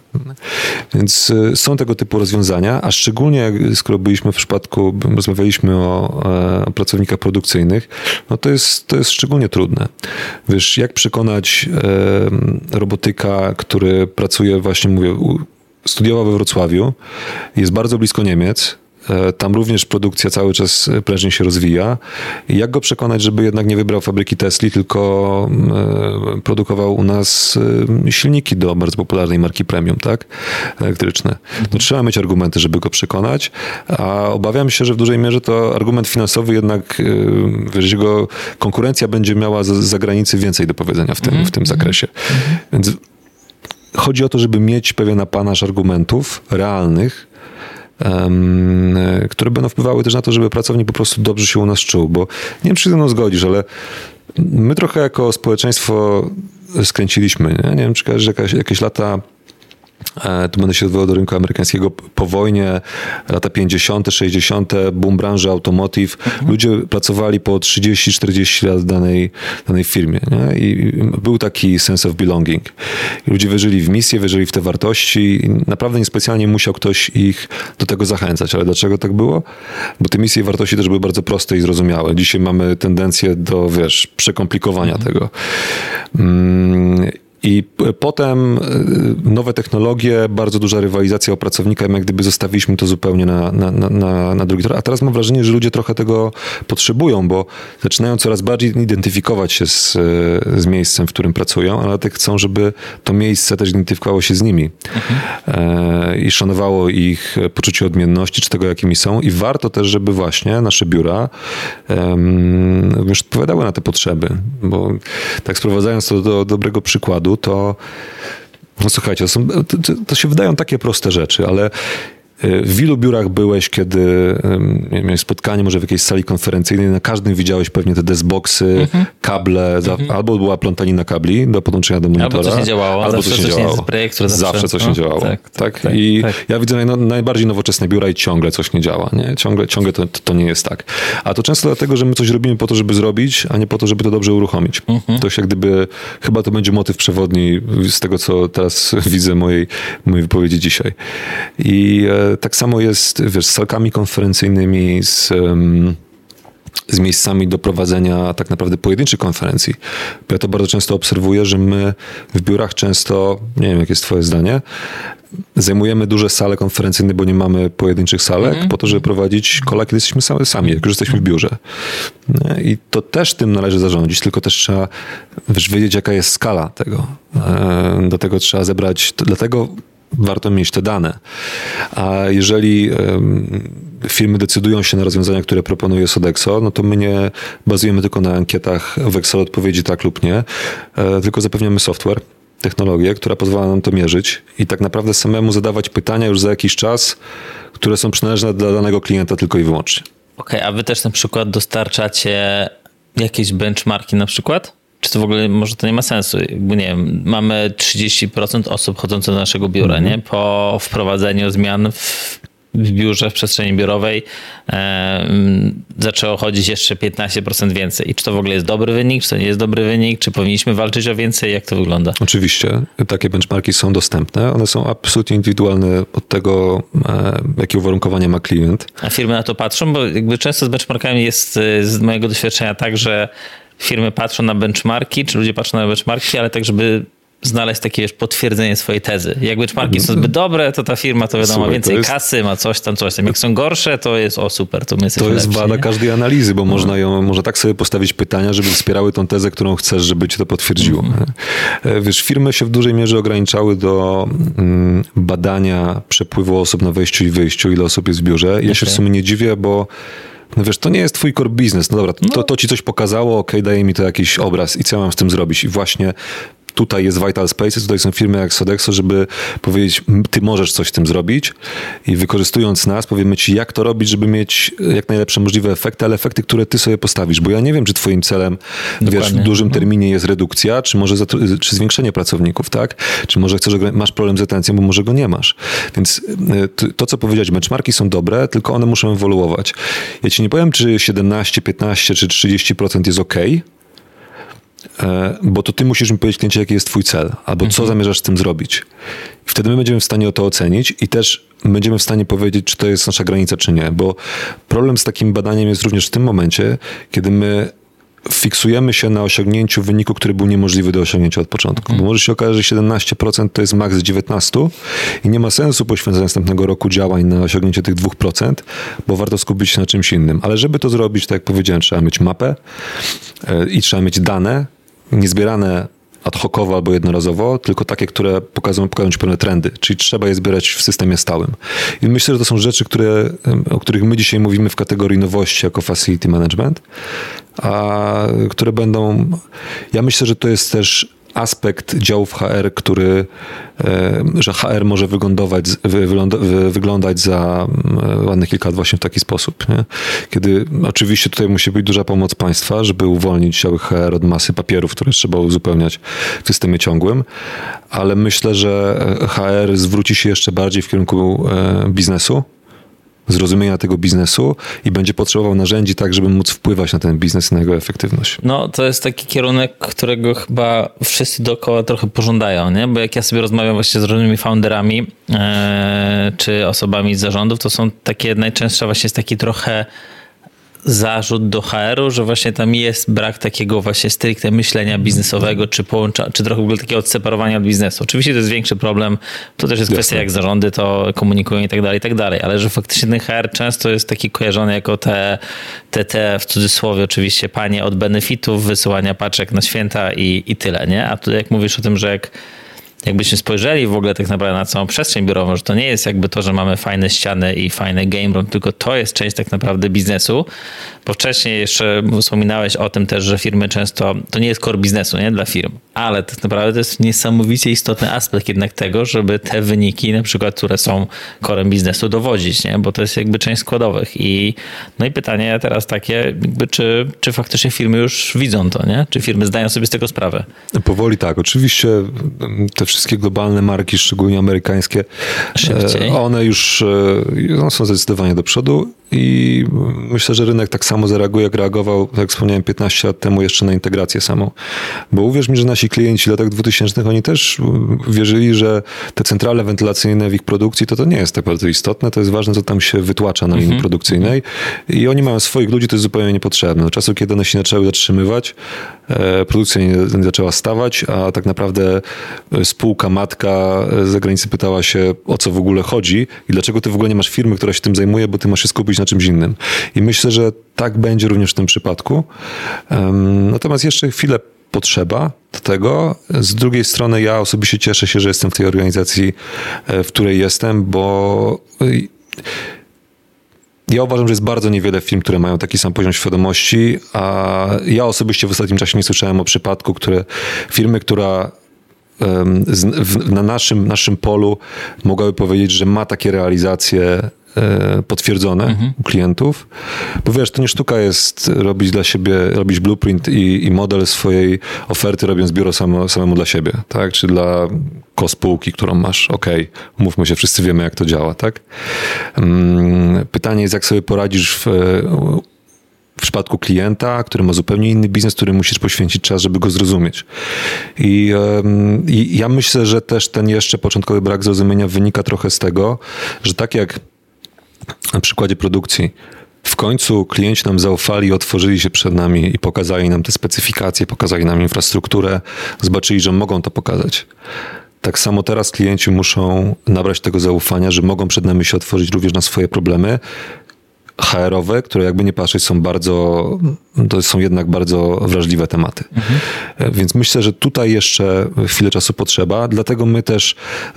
Więc są tego typu rozwiązania, a szczególnie skoro byliśmy w przypadku, rozmawialiśmy o, o pracownikach produkcyjnych, no to jest, to jest szczególnie trudne. Wiesz, jak przekonać e, robotyka, który pracuje właśnie, mówię, studiował we Wrocławiu, jest bardzo blisko Niemiec, Tam również produkcja cały czas prężnie się rozwija. I jak go przekonać, żeby jednak nie wybrał fabryki Tesli, tylko produkował u nas silniki do bardzo popularnej marki premium, tak? Elektryczne. No, trzeba mieć argumenty, żeby go przekonać, a obawiam się, że w dużej mierze to argument finansowy jednak, wiesz, jego konkurencja będzie miała z zagranicy więcej do powiedzenia w tym, mm-hmm. w tym zakresie. Mm-hmm. Więc chodzi o to, żeby mieć pewien apanaż argumentów realnych, Um, które będą wpływały też na to, żeby pracownik po prostu dobrze się u nas czuł, bo nie wiem, czy się ze mną zgodzisz, ale my trochę jako społeczeństwo skręciliśmy, nie, nie wiem, czy kojarzysz jakieś, jakieś lata, tu będę się odwołał do rynku amerykańskiego, po wojnie, lata pięćdziesiąte, sześćdziesiąte, boom branży automotive. Mhm. Ludzie pracowali po trzydzieści czterdzieści lat w danej, danej firmie. Nie? I był taki sense of belonging. I ludzie wierzyli w misję, wierzyli w te wartości i naprawdę niespecjalnie musiał ktoś ich do tego zachęcać. Ale dlaczego tak było? Bo te misje i wartości też były bardzo proste i zrozumiałe. Dzisiaj mamy tendencję do, wiesz, przekomplikowania mhm. tego. Mm, I potem nowe technologie, bardzo duża rywalizacja o pracownika, jak gdyby zostawiliśmy to zupełnie na, na, na, na drugi tor. A teraz mam wrażenie, że ludzie trochę tego potrzebują, bo zaczynają coraz bardziej identyfikować się z, z miejscem, w którym pracują, ale tak chcą, żeby to miejsce też identyfikowało się z nimi mhm. i szanowało ich poczucie odmienności, czy tego, jakimi są. I warto też, żeby właśnie nasze biura um, już odpowiadały na te potrzeby, bo tak sprowadzając to do dobrego przykładu, to no słuchajcie, to, są, to, to się wydają takie proste rzeczy, ale w ilu biurach byłeś, kiedy miałeś spotkanie może w jakiejś sali konferencyjnej, na każdym widziałeś pewnie te deskboxy, mm-hmm. kable, mm-hmm. albo była plątanina kabli do podłączenia do monitora. Albo coś nie działało. Albo zawsze coś nie działało. Projekt, zawsze, zawsze coś no, nie działało. Tak, tak? tak, I tak. ja widzę naj, najbardziej nowoczesne biura i ciągle coś nie działa. Nie? Ciągle, ciągle to, to nie jest tak. A to często dlatego, że my coś robimy po to, żeby zrobić, a nie po to, żeby to dobrze uruchomić. Mm-hmm. To się jak gdyby, chyba to będzie motyw przewodni z tego, co teraz widzę mojej, mojej wypowiedzi dzisiaj. I e, tak samo jest wiesz, z salkami konferencyjnymi, z, um, z miejscami do prowadzenia tak naprawdę pojedynczych konferencji. Bo ja to bardzo często obserwuję, że my w biurach często, nie wiem, jakie jest twoje zdanie, zajmujemy duże sale konferencyjne, bo nie mamy pojedynczych salek, mm-hmm. po to, żeby prowadzić kola, kiedy jesteśmy sami, sami jak już jesteśmy w biurze. I to też tym należy zarządzić, tylko też trzeba wiesz, wiedzieć, jaka jest skala tego. Do tego trzeba zebrać, dlatego warto mieć te dane. A jeżeli um, firmy decydują się na rozwiązania, które proponuje Sodexo, no to my nie bazujemy tylko na ankietach w Excel odpowiedzi tak lub nie, e, tylko zapewniamy software, technologię, która pozwala nam to mierzyć i tak naprawdę samemu zadawać pytania już za jakiś czas, które są przynależne dla danego klienta tylko i wyłącznie. Okej, okay, a wy też na przykład dostarczacie jakieś benchmarki na przykład? Czy to w ogóle, może to nie ma sensu? Jakby nie wiem, mamy trzydzieści procent osób chodzących do naszego biura, mm-hmm. nie? Po wprowadzeniu zmian w, w biurze, w przestrzeni biurowej e, zaczęło chodzić jeszcze piętnaście procent więcej. I czy to w ogóle jest dobry wynik, czy to nie jest dobry wynik? Czy powinniśmy walczyć o więcej? Jak to wygląda? Oczywiście. Takie benchmarki są dostępne. One są absolutnie indywidualne od tego, e, jakie uwarunkowania ma klient. A firmy na to patrzą? Bo jakby często z benchmarkami jest z mojego doświadczenia tak, że firmy patrzą na benchmarki, czy ludzie patrzą na benchmarki, ale tak, żeby znaleźć takie wiesz, potwierdzenie swojej tezy. Jak benchmarki są zbyt dobre, to ta firma to wiadomo, ma więcej jest... kasy, ma coś tam, coś tam. Jak są gorsze, to jest o super, to my jesteśmy To jest lepsi, wada nie? każdej analizy, bo no. można ją, można tak sobie postawić pytania, żeby wspierały tą tezę, którą chcesz, żeby ci to potwierdziło. Mm-hmm. Wiesz, firmy się w dużej mierze ograniczały do mm, badania przepływu osób na wejściu i wyjściu, ile osób jest w biurze. Ja okay. się w sumie nie dziwię, bo no wiesz, to nie jest twój core business. No dobra, no. To, to ci coś pokazało, okej, okay, daje mi to jakiś obraz i co ja mam z tym zrobić? I właśnie tutaj jest Vital Spaces, tutaj są firmy jak Sodexo, żeby powiedzieć, ty możesz coś z tym zrobić i wykorzystując nas, powiemy ci, jak to robić, żeby mieć jak najlepsze możliwe efekty, ale efekty, które ty sobie postawisz, bo ja nie wiem, czy twoim celem, Dokładnie. wiesz, w dużym terminie jest redukcja, czy może zatru- czy zwiększenie pracowników, tak? Czy może chcesz, masz problem z retencją, bo może go nie masz. Więc to, co powiedziałeś, benchmarki są dobre, tylko one muszą ewoluować. Ja ci nie powiem, czy siedemnaście, piętnaście czy trzydzieści procent jest okej, bo to ty musisz mi powiedzieć kliencie, jaki jest twój cel, albo mhm. co zamierzasz z tym zrobić. I wtedy my będziemy w stanie to ocenić i też będziemy w stanie powiedzieć, czy to jest nasza granica, czy nie. Bo problem z takim badaniem jest również w tym momencie, kiedy my fiksujemy się na osiągnięciu wyniku, który był niemożliwy do osiągnięcia od początku. Bo może się okazać, że siedemnaście procent to jest maks dziewiętnaście i nie ma sensu poświęcać następnego roku działań na osiągnięcie tych dwa procent, bo warto skupić się na czymś innym. Ale żeby to zrobić, tak jak powiedziałem, trzeba mieć mapę i trzeba mieć dane, niezbierane ad hocowo albo jednorazowo, tylko takie, które pokazują, pokazują ci pewne trendy, czyli trzeba je zbierać w systemie stałym. I myślę, że to są rzeczy, które, o których my dzisiaj mówimy w kategorii nowości jako facility management, a które będą... Ja myślę, że to jest też aspekt działów H R, który, że H R może wyglądać, wyglądać za ładnych kilka lat właśnie w taki sposób. Nie? Kiedy oczywiście tutaj musi być duża pomoc państwa, żeby uwolnić działy H R od masy papierów, które trzeba uzupełniać w systemie ciągłym, ale myślę, że H R zwróci się jeszcze bardziej w kierunku biznesu, zrozumienia tego biznesu i będzie potrzebował narzędzi tak, żeby móc wpływać na ten biznes i na jego efektywność. No, to jest taki kierunek, którego chyba wszyscy dookoła trochę pożądają, nie? Bo jak ja sobie rozmawiam właśnie z różnymi founderami e, czy osobami z zarządów, to są takie, najczęstsza właśnie jest taki trochę zarzut do H R u, że właśnie tam jest brak takiego właśnie stricte myślenia biznesowego, czy połącza, czy trochę w ogóle takiego odseparowania od biznesu. Oczywiście to jest większy problem, to też jest kwestia, jak zarządy to komunikują i tak dalej, i tak dalej, ale że faktycznie ten H R często jest taki kojarzony jako te, te, te w cudzysłowie oczywiście panie od benefitów, wysyłania paczek na święta i, i tyle, nie? A tu jak mówisz o tym, że jak jakbyśmy spojrzeli w ogóle tak naprawdę na całą przestrzeń biurową, że to nie jest jakby to, że mamy fajne ściany i fajne game room, tylko to jest część tak naprawdę biznesu, bo wcześniej jeszcze wspominałeś o tym też, że firmy często, to nie jest core biznesu, nie, dla firm, ale tak naprawdę to jest niesamowicie istotny aspekt jednak tego, żeby te wyniki na przykład, które są corem biznesu dowodzić, nie, bo to jest jakby część składowych i no i pytanie teraz takie, jakby czy, czy faktycznie firmy już widzą to, nie, czy firmy zdają sobie z tego sprawę? Powoli tak, oczywiście te wszystkie globalne marki, szczególnie amerykańskie, szybciej. One już one są zdecydowanie do przodu i myślę, że rynek tak samo zareaguje, jak reagował, jak wspomniałem, piętnaście lat temu jeszcze na integrację samą. Bo uwierz mi, że nasi klienci w latach dwutysięcznych, oni też wierzyli, że te centrale wentylacyjne w ich produkcji, to to nie jest tak bardzo istotne, to jest ważne, co tam się wytłacza na linii mm-hmm. produkcyjnej i oni mają swoich ludzi, to jest zupełnie niepotrzebne. Do czasu, kiedy one się zaczęły zatrzymywać, produkcja nie zaczęła stawać, a tak naprawdę spółka matka z zagranicy pytała się, o co w ogóle chodzi i dlaczego ty w ogóle nie masz firmy, która się tym zajmuje, bo ty masz się skupić na czymś innym. I myślę, że tak będzie również w tym przypadku. Natomiast jeszcze chwilę potrzeba do tego. Z drugiej strony ja osobiście cieszę się, że jestem w tej organizacji, w której jestem, bo ja uważam, że jest bardzo niewiele firm, które mają taki sam poziom świadomości, a ja osobiście w ostatnim czasie nie słyszałem o przypadku, które firmy, która na naszym, naszym polu mogłaby powiedzieć, że ma takie realizacje potwierdzone mhm. u klientów. Bo wiesz, to nie sztuka jest robić dla siebie, robić blueprint i, i model swojej oferty, robiąc biuro samo, samemu dla siebie, tak? Czy dla spółki, którą masz. Okej, okay, mówmy się, wszyscy wiemy, jak to działa, tak? Pytanie jest, jak sobie poradzisz w w przypadku klienta, który ma zupełnie inny biznes, który musisz poświęcić czas, żeby go zrozumieć. I, i ja myślę, że też ten jeszcze początkowy brak zrozumienia wynika trochę z tego, że tak jak na przykładzie produkcji, w końcu klienci nam zaufali, otworzyli się przed nami i pokazali nam te specyfikacje, pokazali nam infrastrukturę, zobaczyli, że mogą to pokazać. Tak samo teraz klienci muszą nabrać tego zaufania, że mogą przed nami się otworzyć również na swoje problemy H R-owe, które jakby nie patrzeć są bardzo, to są jednak bardzo wrażliwe tematy. Mhm. Więc myślę, że tutaj jeszcze chwilę czasu potrzeba, dlatego my też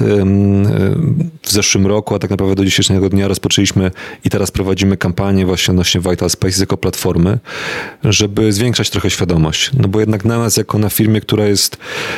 w zeszłym roku, a tak naprawdę do dzisiejszego dnia rozpoczęliśmy i teraz prowadzimy kampanię właśnie odnośnie Vital Space jako platformy, żeby zwiększać trochę świadomość. No bo jednak na nas, jako na firmie, która jest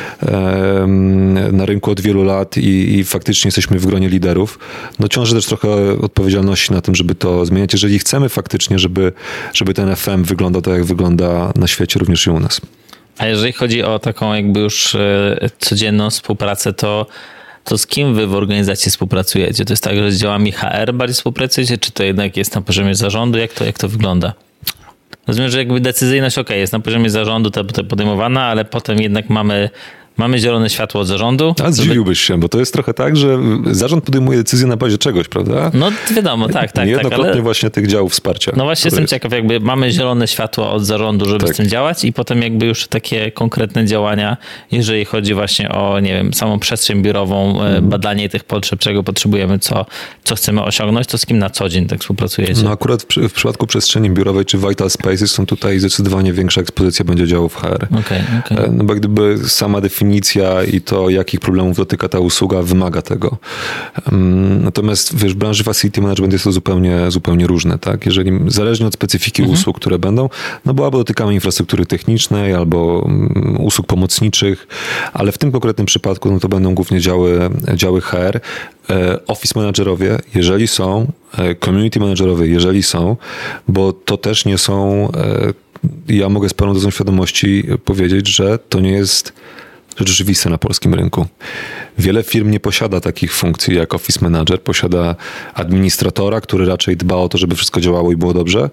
na rynku od wielu lat i, i faktycznie jesteśmy w gronie liderów, no ciąży też trochę odpowiedzialności na tym, żeby to zmieniać, jeżeli chcemy faktycznie, żeby, żeby ten F M wyglądał tak, jak wygląda na świecie, również i u nas. A jeżeli chodzi o taką jakby już codzienną współpracę, to, to z kim wy w organizacji współpracujecie? To jest tak, że z działami H R bardziej współpracujecie, czy to jednak jest na poziomie zarządu? Jak to, jak to wygląda? Rozumiem, że jakby decyzyjność ok, jest na poziomie zarządu to, to podejmowana, ale potem jednak mamy mamy zielone światło od zarządu. A zdziwiłbyś się, bo to jest trochę tak, że zarząd podejmuje decyzję na bazie czegoś, prawda? No wiadomo, tak, tak. Niejednokrotnie tak, ale... właśnie tych działów wsparcia. No właśnie jestem jest. ciekaw, jakby mamy zielone światło od zarządu, żeby tak. z tym działać i potem jakby już takie konkretne działania, jeżeli chodzi właśnie o, nie wiem, samą przestrzeń biurową, mm. badanie tych potrzeb, czego potrzebujemy, co, co chcemy osiągnąć, to z kim na co dzień tak współpracujecie? No akurat w, w przypadku przestrzeni biurowej czy Vital Spaces są tutaj zdecydowanie większa ekspozycja będzie działów H R. Okay, okay. No bo gdyby sama definicja i to, jakich problemów dotyka ta usługa, wymaga tego. Natomiast wiesz, w branży facility management jest to zupełnie, zupełnie różne, tak? Jeżeli zależnie od specyfiki mhm. usług, które będą, no bo albo dotykamy infrastruktury technicznej, albo usług pomocniczych, ale w tym konkretnym przypadku no to będą głównie działy, działy H R. Office managerowie, jeżeli są, community managerowie, jeżeli są, bo to też nie są, ja mogę z pełną dozą świadomości powiedzieć, że to nie jest rzecz oczywista na polskim rynku. Wiele firm nie posiada takich funkcji jak office manager, posiada administratora, który raczej dba o to, żeby wszystko działało i było dobrze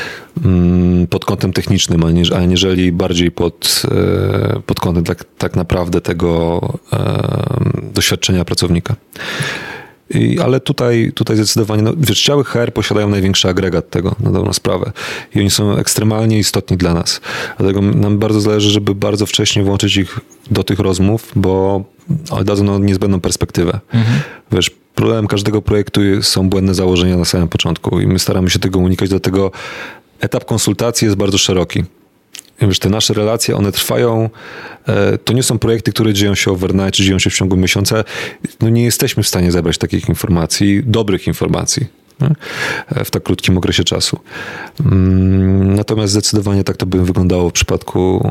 pod kątem technicznym, aniżeli bardziej pod, pod kątem tak, tak naprawdę tego doświadczenia pracownika. I, ale tutaj, tutaj zdecydowanie, no, wiesz, działy H R posiadają największy agregat tego, na dobrą sprawę. I oni są ekstremalnie istotni dla nas. Dlatego nam bardzo zależy, żeby bardzo wcześnie włączyć ich do tych rozmów, bo dadzą nam niezbędną perspektywę. Mhm. Wiesz, problemem każdego projektu są błędne założenia na samym początku i my staramy się tego unikać, dlatego etap konsultacji jest bardzo szeroki. Wiesz, te nasze relacje, one trwają, to nie są projekty, które dzieją się overnight, czy dzieją się w ciągu miesiąca. No nie jesteśmy w stanie zebrać takich informacji, dobrych informacji w tak krótkim okresie czasu. Natomiast zdecydowanie tak to by wyglądało w przypadku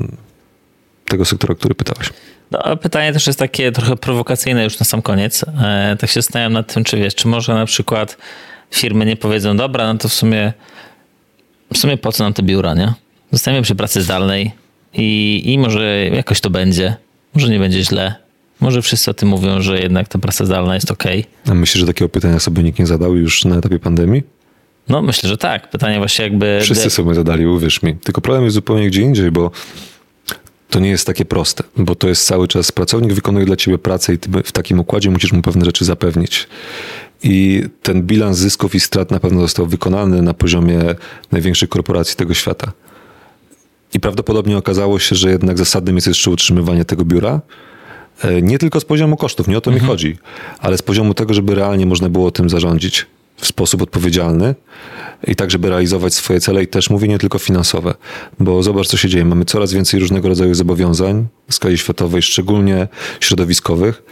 tego sektora, który pytałeś. No, ale pytanie też jest takie trochę prowokacyjne już na sam koniec. Tak się zastanawiam nad tym, czy wiesz, czy może na przykład firmy nie powiedzą, dobra, no to w sumie w sumie po co nam te biura, nie? Zostajemy przy pracy zdalnej i, i może jakoś to będzie. Może nie będzie źle. Może wszyscy o tym mówią, że jednak ta praca zdalna jest okej. A myślisz, że takiego pytania sobie nikt nie zadał już na etapie pandemii? No myślę, że tak. Pytanie właśnie jakby... Wszyscy sobie zadali, uwierz mi. Tylko problem jest zupełnie gdzie indziej, bo to nie jest takie proste. Bo to jest cały czas pracownik wykonuje dla ciebie pracę i ty w takim układzie musisz mu pewne rzeczy zapewnić. I ten bilans zysków i strat na pewno został wykonany na poziomie największych korporacji tego świata. I prawdopodobnie okazało się, że jednak zasadnym jest jeszcze utrzymywanie tego biura. Nie tylko z poziomu kosztów, nie o to mhm. mi chodzi, ale z poziomu tego, żeby realnie można było tym zarządzić w sposób odpowiedzialny i tak, żeby realizować swoje cele i też mówię nie tylko finansowe, bo zobacz, co się dzieje. Mamy coraz więcej różnego rodzaju zobowiązań w skali światowej, szczególnie środowiskowych,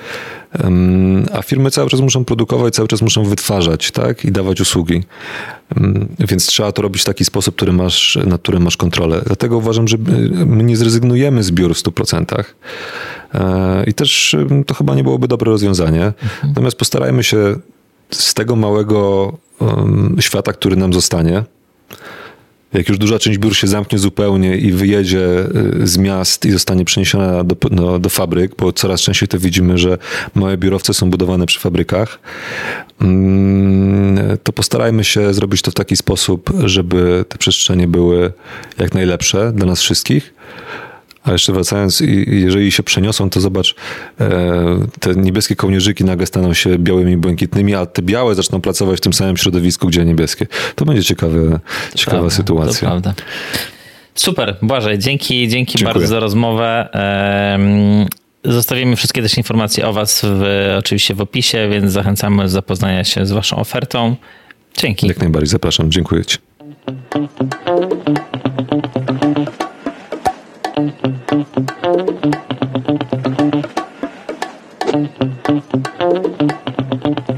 a firmy cały czas muszą produkować, cały czas muszą wytwarzać, tak, i dawać usługi. Więc trzeba to robić w taki sposób, który masz, nad którym masz kontrolę. Dlatego uważam, że my nie zrezygnujemy z biur w stu procentach. I też to chyba nie byłoby dobre rozwiązanie. Mhm. Natomiast postarajmy się z tego małego um, świata, który nam zostanie, jak już duża część biur się zamknie zupełnie i wyjedzie z miast i zostanie przeniesiona do, no, do fabryk, bo coraz częściej to widzimy, że małe biurowce są budowane przy fabrykach, to postarajmy się zrobić to w taki sposób, żeby te przestrzenie były jak najlepsze dla nas wszystkich. A jeszcze wracając, jeżeli się przeniosą, to zobacz, te niebieskie kołnierzyki nagle staną się białymi, błękitnymi, a te białe zaczną pracować w tym samym środowisku, gdzie niebieskie. To będzie ciekawe, ciekawa prawda, sytuacja. To prawda. Super, Błażej, dzięki, dzięki Dziękuję. bardzo za rozmowę. Zostawimy wszystkie też informacje o was w, oczywiście w opisie, więc zachęcamy do zapoznania się z waszą ofertą. Dzięki. Jak najbardziej zapraszam. Dziękuję ci. Thank you.